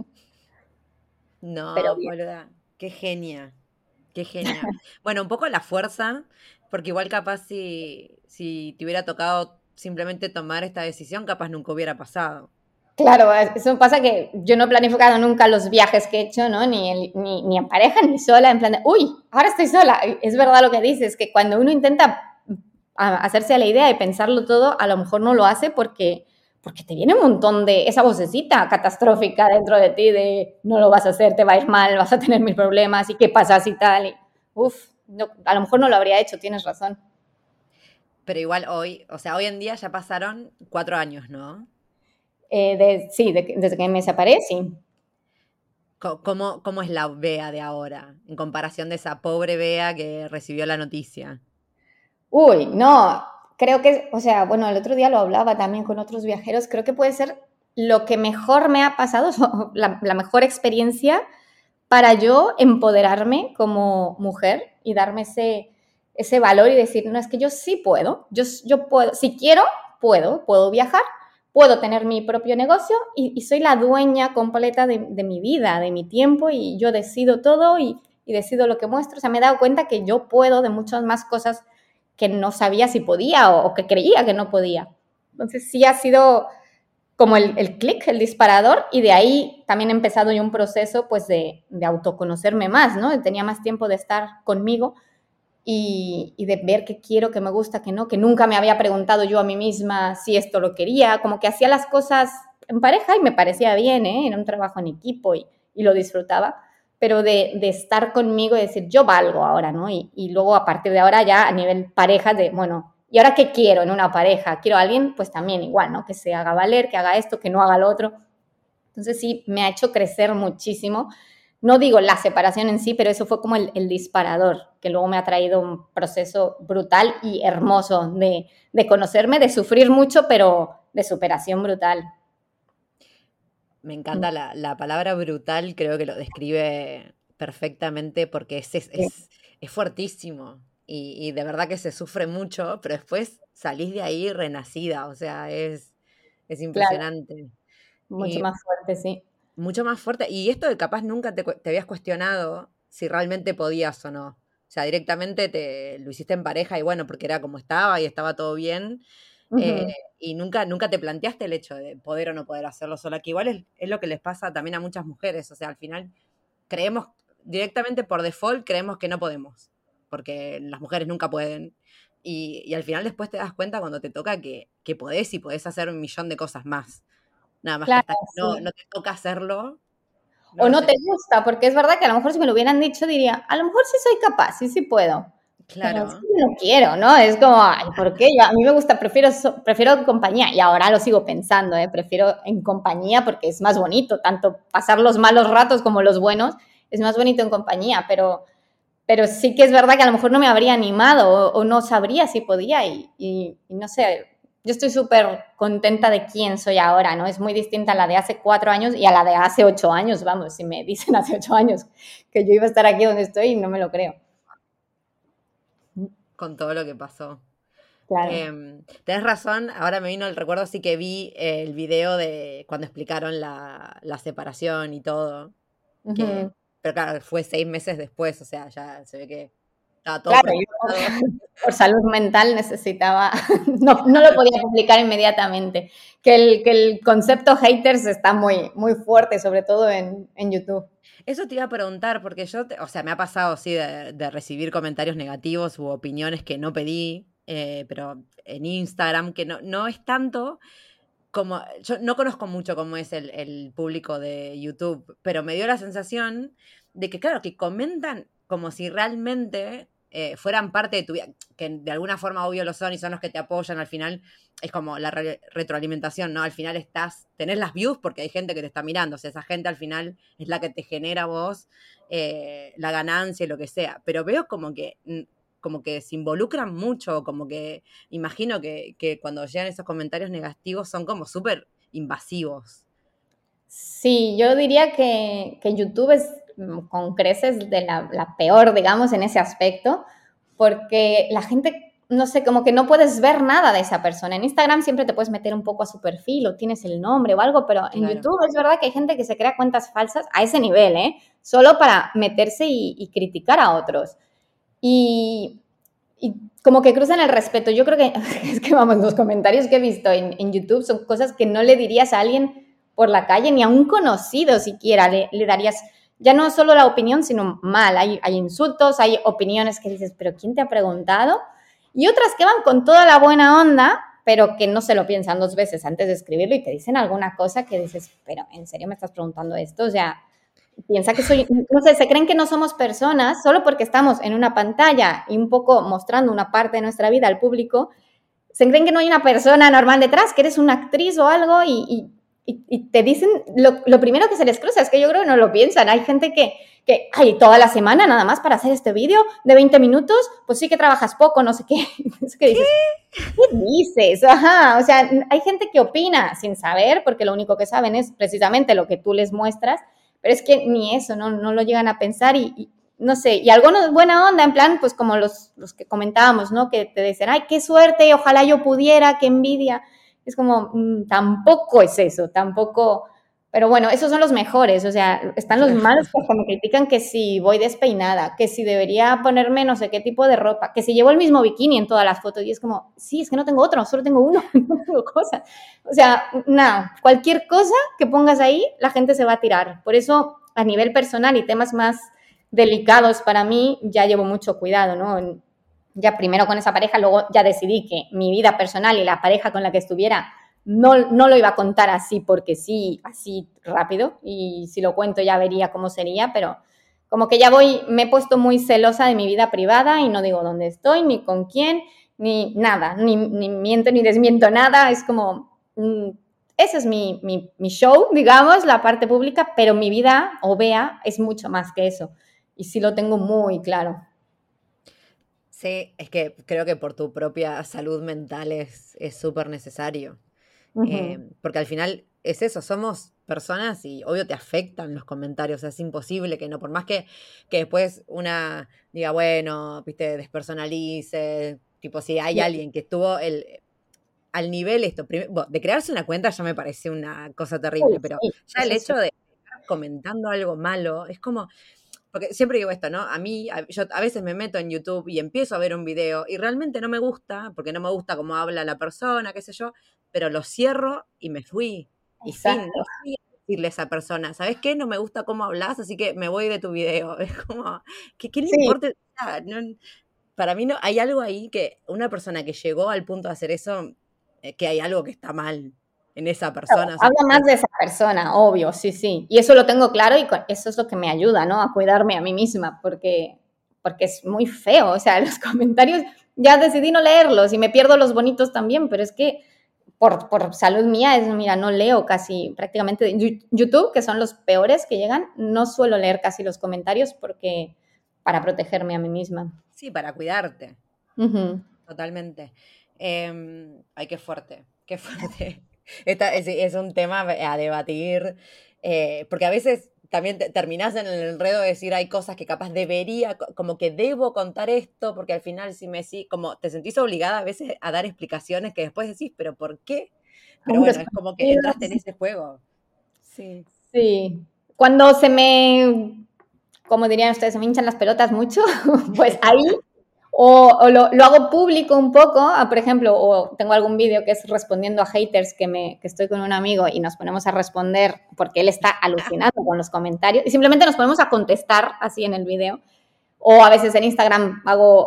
Pero No, bien. boluda, qué genia, qué genia. Bueno, un poco la fuerza, porque igual capaz si te hubiera tocado simplemente tomar esta decisión, capaz nunca hubiera pasado. Claro, eso pasa que yo no he planificado nunca los viajes que he hecho, ¿no? Ni en pareja ni sola, en plan de, uy, ahora estoy sola. Es verdad lo que dices, que cuando uno intenta hacerse a la idea y pensarlo todo, a lo mejor no lo hace porque te viene un montón de esa vocecita catastrófica dentro de ti de no lo vas a hacer, te va a ir mal, vas a tener mil problemas y qué pasa si tal. Y, no, a lo mejor no lo habría hecho, tienes razón. Pero igual hoy, o sea, hoy en día ya pasaron 4 años, ¿no? Sí, desde que me separé, sí. ¿Cómo es la Bea de ahora, en comparación de esa pobre Bea que recibió la noticia? Uy, no, creo que, o sea, bueno, el otro día lo hablaba también con otros viajeros, creo que puede ser lo que mejor me ha pasado, la mejor experiencia para yo empoderarme como mujer y darme ese valor y decir, no, es que yo sí puedo, yo puedo, si quiero, puedo viajar, puedo tener mi propio negocio y soy la dueña completa de mi vida, de mi tiempo y yo decido todo y decido lo que muestro. O sea, me he dado cuenta que yo puedo de muchas más cosas que no sabía si podía o que creía que no podía. Entonces sí ha sido como el clic, el disparador, y de ahí también he empezado yo un proceso pues de autoconocerme más, ¿no? Tenía más tiempo de estar conmigo y de ver qué quiero, qué me gusta, qué no, que nunca me había preguntado yo a mí misma si esto lo quería, como que hacía las cosas en pareja y me parecía bien, ¿eh? Era un trabajo en equipo y lo disfrutaba, pero de estar conmigo y decir, yo valgo ahora, ¿no? Y luego a partir de ahora ya a nivel pareja de, bueno, ¿y ahora qué quiero en una pareja? Quiero a alguien, pues también igual, ¿no? Que se haga valer, que haga esto, que no haga lo otro. Entonces sí, me ha hecho crecer muchísimo. No digo la separación en sí, pero eso fue como el disparador, que luego me ha traído un proceso brutal y hermoso de conocerme, de sufrir mucho, pero de superación brutal. Me encanta la palabra brutal, creo que lo describe perfectamente porque es fuertísimo y de verdad que se sufre mucho, pero después salís de ahí renacida, o sea, es Claro, impresionante. mucho Y más fuerte, sí. mucho más fuerte. Y esto de capaz nunca te habías cuestionado si realmente podías o no. O sea, directamente lo hiciste en pareja y bueno, porque era como estaba y estaba todo bien. eh, Uh-huh. y nunca te planteaste el hecho de poder o no poder hacerlo sola, que igual es lo que les pasa también a muchas mujeres. O sea, al final creemos, directamente por default, creemos que no podemos, porque las mujeres nunca pueden. Y al final después te das cuenta cuando te toca que podés y podés hacer un millón de cosas más. Nada más que Claro, hasta que sí. no te toca hacerlo, no O lo no te sé. gusta, porque es verdad que a lo mejor si me lo hubieran dicho diría, a lo mejor sí soy capaz, sí puedo, pero es que Claro. no quiero, ¿no? Es como, ay, ¿por qué? A mí me gusta, prefiero compañía y ahora lo sigo pensando, ¿eh? Prefiero en compañía porque es más bonito, tanto pasar los malos ratos como los buenos, es más bonito en compañía, pero sí que es verdad que a lo mejor no me habría animado o no sabría si podía y no sé, yo estoy súper contenta de quién soy ahora, ¿no? Es muy distinta a la de hace 4 años y a la de hace 8 años, vamos, si me dicen hace 8 años que yo iba a estar aquí donde estoy, no me lo creo. Con todo lo que pasó. Claro. Tenés razón, ahora me vino el recuerdo, sí que vi el video de cuando explicaron la separación y todo, Uh-huh. pero claro, fue 6 meses después, o sea, ya se ve que Estaba todo Claro, procesado. yo por salud mental necesitaba, no lo podía publicar inmediatamente. Que el concepto haters está muy, muy fuerte, sobre todo en YouTube. Eso te iba a preguntar, porque o sea, me ha pasado, sí, de recibir comentarios negativos u opiniones que no pedí, pero en Instagram, que no es tanto como, yo no conozco mucho cómo es el público de YouTube, pero me dio la sensación de que, claro, que comentan como si realmente fueran parte de tu vida, que de alguna forma obvio lo son y son los que te apoyan al final. Es como la retroalimentación, ¿no? Al final tenés las views porque hay gente que te está mirando, o sea, esa gente al final es la que te genera a vos la ganancia y lo que sea, pero veo como que se involucran mucho, como que imagino que cuando llegan esos comentarios negativos son como súper invasivos. Sí, yo diría que YouTube es con creces de la peor, digamos, en ese aspecto, porque la gente, no sé, como que no puedes ver nada de esa persona. En Instagram siempre te puedes meter un poco a su perfil o tienes el nombre o algo, pero en Claro. YouTube es verdad que hay gente que se crea cuentas falsas a ese nivel, ¿eh? Solo para meterse y criticar a otros. Y como que cruzan el respeto. Yo creo que, es que vamos, los comentarios que he visto en YouTube son cosas que no le dirías a alguien por la calle, ni a un conocido siquiera le darías, ya no solo la opinión, sino mal. Hay insultos, hay opiniones que dices, pero ¿quién te ha preguntado? Y otras que van con toda la buena onda, pero que no se lo piensan dos veces antes de escribirlo y te dicen alguna cosa que dices, pero ¿en serio me estás preguntando esto? O sea, piensa que no sé, se creen que no somos personas solo porque estamos en una pantalla y un poco mostrando una parte de nuestra vida al público. Se creen que no hay una persona normal detrás, que eres una actriz o algo y te dicen lo primero que se les cruza, es que yo creo que no lo piensan. Hay gente que ay, toda la semana nada más para hacer este vídeo de 20 minutos, pues sí que trabajas poco, no sé qué. Es que dices, ¿qué dices? Ajá, o sea, hay gente que opina sin saber, porque lo único que saben es precisamente lo que tú les muestras, pero es que ni eso, no lo llegan a pensar y no sé, y algunos buena onda, en plan, pues como los que comentábamos, ¿no? Que te dicen, ay, qué suerte, ojalá yo pudiera, qué envidia. Es como, tampoco es eso, tampoco, pero bueno, esos son los mejores, o sea, están los malos que hasta me critican que si voy despeinada, que si debería ponerme no sé qué tipo de ropa, que si llevo el mismo bikini en todas las fotos, y es como, sí, es que no tengo otro, solo tengo uno, no tengo cosas. O sea, nada, cualquier cosa que pongas ahí, la gente se va a tirar. Por eso, a nivel personal y temas más delicados para mí, ya llevo mucho cuidado, ¿no? Ya primero con esa pareja, luego ya decidí que mi vida personal y la pareja con la que estuviera no lo iba a contar así porque sí, así rápido, y si lo cuento ya vería cómo sería, pero como que ya me he puesto muy celosa de mi vida privada y no digo dónde estoy, ni con quién, ni nada, ni miento ni desmiento nada, es como, ese es mi show, digamos, la parte pública, pero mi vida, o vea, es mucho más que eso, y sí lo tengo muy claro. Sí, es que creo que por tu propia salud mental es súper necesario. Porque al final es eso, somos personas y obvio te afectan los comentarios, o sea, es imposible que no, por más que después una diga, bueno, viste, despersonalice, tipo si hay alguien que estuvo al nivel bueno, de crearse una cuenta ya me parece una cosa terrible, pero ya el hecho de estar comentando algo malo es como, porque siempre digo esto, ¿no? Yo a veces me meto en YouTube y empiezo a ver un video y realmente no me gusta, porque no me gusta cómo habla la persona, qué sé yo, pero lo cierro y me fui. Y fin, no fui a decirle a esa persona, ¿sabes qué? No me gusta cómo hablas, así que me voy de tu video. Es como, ¿qué le importa? Para mí no, hay algo ahí que una persona que llegó al punto de hacer eso, que hay algo que está mal en esa persona. Habla más de esa persona, obvio, sí. Y eso lo tengo claro y eso es lo que me ayuda, ¿no? A cuidarme a mí misma, porque es muy feo. O sea, los comentarios, ya decidí no leerlos y me pierdo los bonitos también, pero es que por salud mía, mira, no leo casi prácticamente YouTube, que son los peores que llegan, no suelo leer casi los comentarios para protegerme a mí misma. Sí, para cuidarte. Totalmente. Ay, qué fuerte, qué fuerte. Es un tema a debatir, porque a veces también terminás en el enredo de decir hay cosas que capaz debería, como que debo contar esto, porque al final como te sentís obligada a veces a dar explicaciones que después decís, pero ¿por qué? Pero bueno, es como que entraste en ese juego. Sí. Sí. Cuando como dirían ustedes, se me hinchan las pelotas mucho, pues ahí O lo hago público un poco, por ejemplo, o tengo algún vídeo que es respondiendo a haters que estoy con un amigo y nos ponemos a responder porque él está alucinando con los comentarios y simplemente nos ponemos a contestar así en el vídeo. O a veces en Instagram hago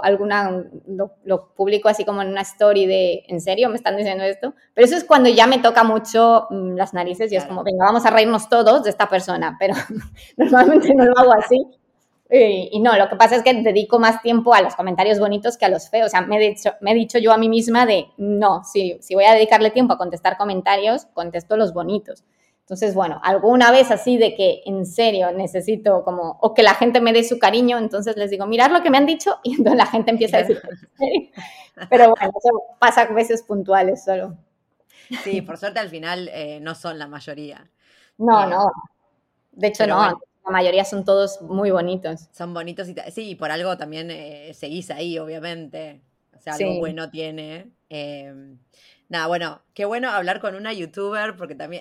lo publico así como en una story de, ¿en serio me están diciendo esto? Pero eso es cuando ya me toca mucho las narices y es como, venga, vamos a reírnos todos de esta persona, pero normalmente no lo hago así. Y no, lo que pasa es que dedico más tiempo a los comentarios bonitos que a los feos. O sea, me he dicho yo a mí misma de, no, si voy a dedicarle tiempo a contestar comentarios, contesto los bonitos. Entonces, bueno, alguna vez así de que en serio necesito como, o que la gente me dé su cariño, entonces les digo, mirad lo que me han dicho, y entonces la gente empieza a decir, pero bueno, eso pasa a veces puntuales solo. Sí, por suerte al final no son la mayoría. No, de hecho no, bueno, la mayoría son todos muy bonitos. Son bonitos y sí, y por algo también seguís ahí, obviamente, o sea, algo bueno tiene. Nada, bueno, qué bueno hablar con una youtuber, porque también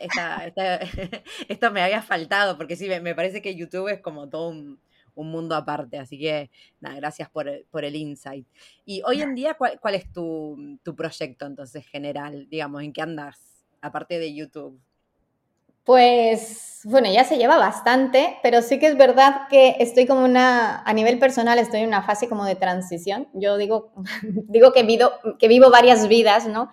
esto me había faltado, porque sí, me parece que YouTube es como todo un mundo aparte, así que nada, gracias por el insight. Y hoy en día, ¿cuál es tu proyecto entonces general? Digamos, ¿en qué andas, aparte de YouTube? Pues, bueno, ya se lleva bastante, pero sí que es verdad que estoy como a nivel personal estoy en una fase como de transición. Yo digo que vivo varias vidas, ¿no?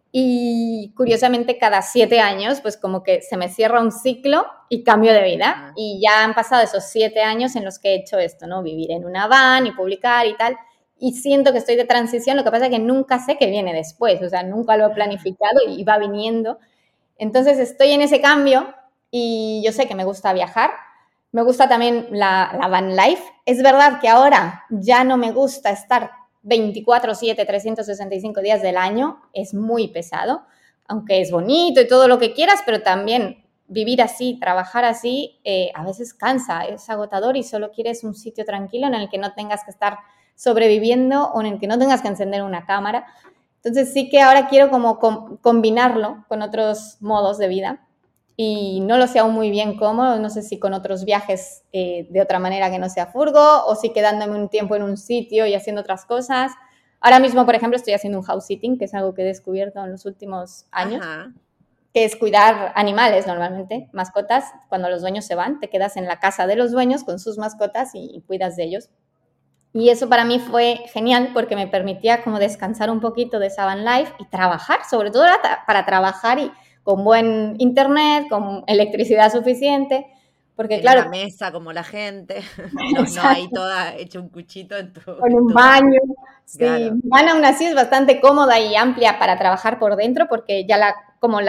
Y curiosamente cada 7 años, pues como que se me cierra un ciclo y cambio de vida. Y ya han pasado esos 7 años en los que he hecho esto, ¿no? Vivir en una van y publicar y tal. Y siento que estoy de transición, lo que pasa es que nunca sé qué viene después, o sea, nunca lo he planificado y va viniendo. Entonces estoy en ese cambio y yo sé que me gusta viajar. Me gusta también la van life. Es verdad que ahora ya no me gusta estar 24/7, 365 días del año. Es muy pesado, aunque es bonito y todo lo que quieras, pero también vivir así, trabajar así, a veces cansa, es agotador y solo quieres un sitio tranquilo en el que no tengas que estar sobreviviendo o en el que no tengas que encender una cámara. Entonces sí que ahora quiero como combinarlo con otros modos de vida y no lo sé aún muy bien cómo, no sé si con otros viajes de otra manera que no sea furgo o si quedándome un tiempo en un sitio y haciendo otras cosas. Ahora mismo, por ejemplo, estoy haciendo un house sitting, que es algo que he descubierto en los últimos años, que es cuidar animales normalmente, mascotas. Cuando los dueños se van, te quedas en la casa de los dueños con sus mascotas y cuidas de ellos. Y eso para mí fue genial porque me permitía como descansar un poquito de esa van life y trabajar, sobre todo para trabajar y con buen internet, con electricidad suficiente, porque en claro... una mesa como la gente, no ahí toda hecho un cuchito con un baño. Sí, claro. Mi van aún así es bastante cómoda y amplia para trabajar por dentro porque ya la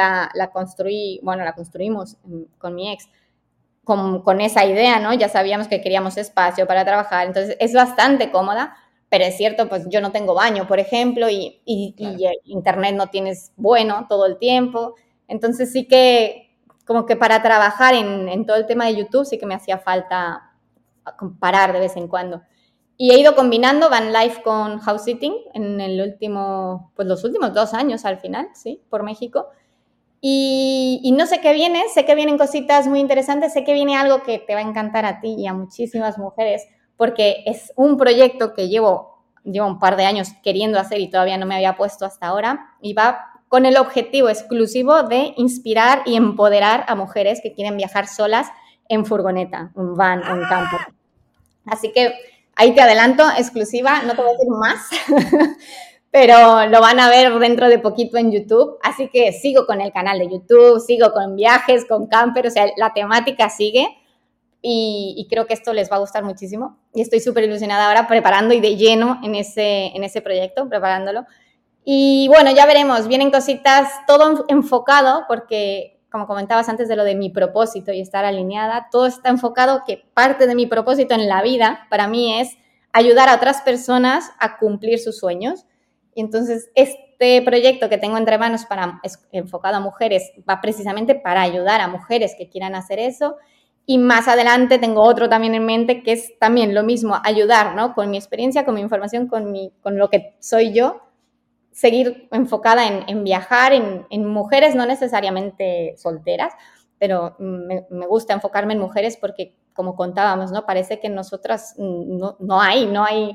construimos con mi ex. Con esa idea, ¿no? Ya sabíamos que queríamos espacio para trabajar, entonces es bastante cómoda, pero es cierto, pues yo no tengo baño, por ejemplo, y internet no tienes bueno todo el tiempo, entonces sí que como que para trabajar en todo el tema de YouTube sí que me hacía falta parar de vez en cuando. Y he ido combinando van life con house sitting en los últimos 2 años al final, sí, por México. Y no sé qué viene, sé que vienen cositas muy interesantes, sé que viene algo que te va a encantar a ti y a muchísimas mujeres, porque es un proyecto que llevo un par de años queriendo hacer y todavía no me había puesto hasta ahora, y va con el objetivo exclusivo de inspirar y empoderar a mujeres que quieren viajar solas en furgoneta, un van o un camper. Así que ahí te adelanto, exclusiva, no te voy a decir más, pero lo van a ver dentro de poquito en YouTube, así que sigo con el canal de YouTube, sigo con viajes, con camper, o sea, la temática sigue y creo que esto les va a gustar muchísimo y estoy súper ilusionada ahora preparando y de lleno en ese proyecto, preparándolo. Y bueno, ya veremos, vienen cositas, todo enfocado, porque como comentabas antes de lo de mi propósito y estar alineada, todo está enfocado que parte de mi propósito en la vida para mí es ayudar a otras personas a cumplir sus sueños. Y entonces este proyecto que tengo entre manos enfocado a mujeres va precisamente para ayudar a mujeres que quieran hacer eso. Y más adelante tengo otro también en mente que es también lo mismo, ayudar, ¿no? Con mi experiencia, con mi información, con lo que soy yo, seguir enfocada en viajar, en mujeres no necesariamente solteras, pero me gusta enfocarme en mujeres porque, como contábamos, ¿no? Parece que nosotras no hay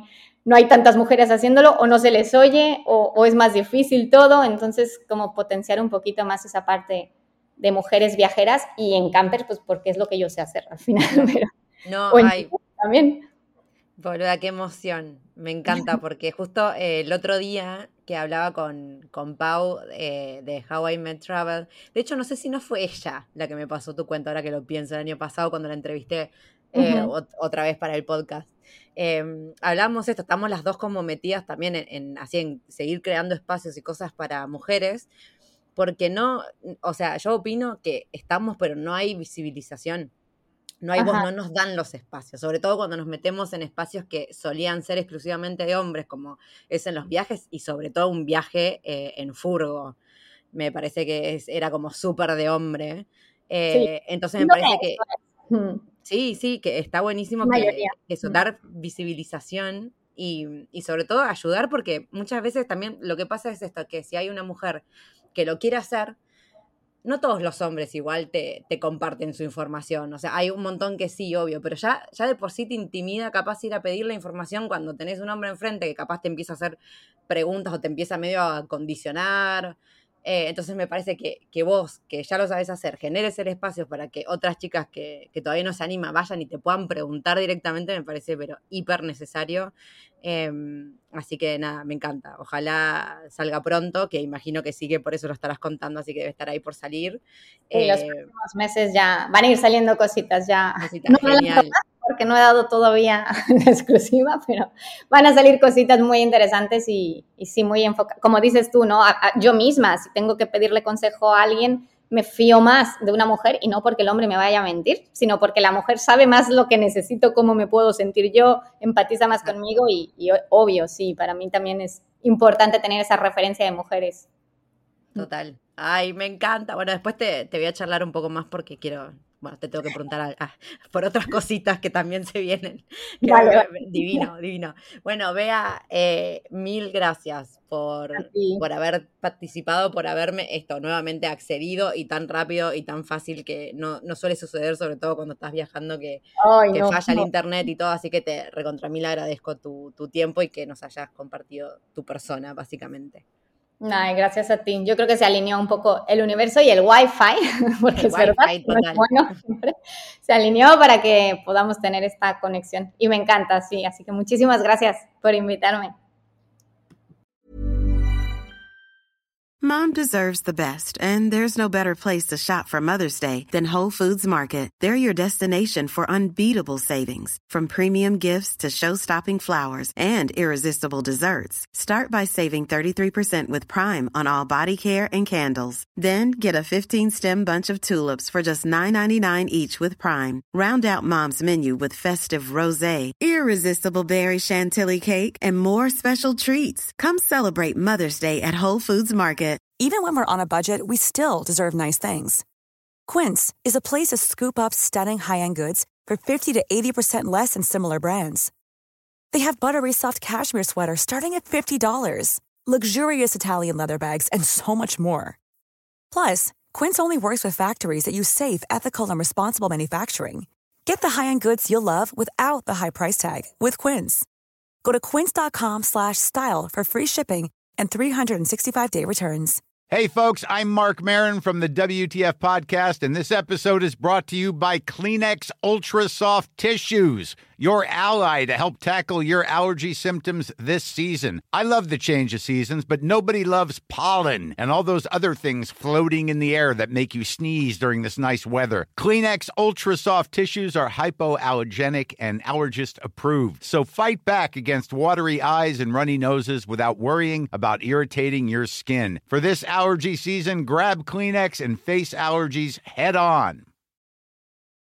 no hay tantas mujeres haciéndolo, o no se les oye, o es más difícil todo. Entonces, como potenciar un poquito más esa parte de mujeres viajeras, y en camper, pues porque es lo que yo sé hacer al final. Pero, No, o en ay, también. boluda, qué emoción. Me encanta porque justo el otro día que hablaba con Pau de How I Met Travel, de hecho no sé si no fue ella la que me pasó tu cuento, ahora que lo pienso, el año pasado cuando la entrevisté otra vez para el podcast. Hablábamos esto, estamos las dos como metidas también así en seguir creando espacios y cosas para mujeres, porque no, o sea, yo opino que estamos, pero no hay visibilización. No hay voz, Ajá. no nos dan los espacios, sobre todo cuando nos metemos en espacios que solían ser exclusivamente de hombres, como es en los viajes, y sobre todo un viaje en furgo. Me parece que era como súper de hombre. Sí. Entonces me No parece es, que no es. sí, que está buenísimo Mayoría. que eso, dar visibilización y sobre todo ayudar, porque muchas veces también lo que pasa es esto, que si hay una mujer que lo quiere hacer, no todos los hombres igual te comparten su información. O sea, hay un montón que sí, obvio, pero ya de por sí te intimida capaz ir a pedir la información cuando tenés un hombre enfrente que capaz te empieza a hacer preguntas o te empieza medio a condicionar. Entonces me parece que vos, que ya lo sabés hacer, generes el espacio para que otras chicas que todavía no se animan vayan y te puedan preguntar directamente, me parece pero hiper necesario. Así que nada, me encanta. Ojalá salga pronto, que imagino que sí, que por eso lo estarás contando, así que debe estar ahí por salir. Sí, los próximos meses ya van a ir saliendo cositas ya. Cosita No me adelanto genial. más porque no he dado todavía la exclusiva, pero van a salir cositas muy interesantes y sí, muy enfocadas. Como dices tú, ¿no? Yo misma, si tengo que pedirle consejo a alguien, me fío más de una mujer, y no porque el hombre me vaya a mentir, sino porque la mujer sabe más lo que necesito, cómo me puedo sentir yo, empatiza más conmigo y obvio, sí, para mí también es importante tener esa referencia de mujeres. Total. Ay, me encanta. Bueno, después te voy a charlar un poco más porque te tengo que preguntar por otras cositas que también se vienen. Vale. Divino, divino. Bueno, Bea, mil gracias por haber participado, por haberme nuevamente accedido y tan rápido y tan fácil, que no suele suceder, sobre todo cuando estás viajando, que falla el internet y todo, así que te recontra mil agradezco tu tiempo y que nos hayas compartido tu persona, básicamente. Ay, gracias a ti. Yo creo que se alineó un poco el universo y el Wi-Fi, porque es verdad, no es bueno siempre. Se alineó para que podamos tener esta conexión y me encanta, sí. Así que muchísimas gracias por invitarme. Mom deserves the best, and there's no better place to shop for Mother's Day than Whole Foods Market. They're your destination for unbeatable savings, from premium gifts to show-stopping flowers and irresistible desserts. Start by saving 33% with Prime on all body care and candles. Then get a 15-stem bunch of tulips for just $9.99 each with Prime. Round out Mom's menu with festive rosé, irresistible berry chantilly cake, and more special treats. Come celebrate Mother's Day at Whole Foods Market. Even when we're on a budget, we still deserve nice things. Quince is a place to scoop up stunning high-end goods for 50 to 80% less than similar brands. They have buttery soft cashmere sweaters starting at $50, luxurious Italian leather bags, and so much more. Plus, Quince only works with factories that use safe, ethical, and responsible manufacturing. Get the high-end goods you'll love without the high price tag with Quince. Go to quince.com/style for free shipping and 365-day returns. Hey, folks, I'm Mark Maron from the WTF Podcast, and this episode is brought to you by Kleenex Ultra Soft Tissues, your ally to help tackle your allergy symptoms this season. I love the change of seasons, but nobody loves pollen and all those other things floating in the air that make you sneeze during this nice weather. Kleenex Ultra Soft Tissues are hypoallergenic and allergist approved, so fight back against watery eyes and runny noses without worrying about irritating your skin. For this allergy season, grab Kleenex and face allergies head on.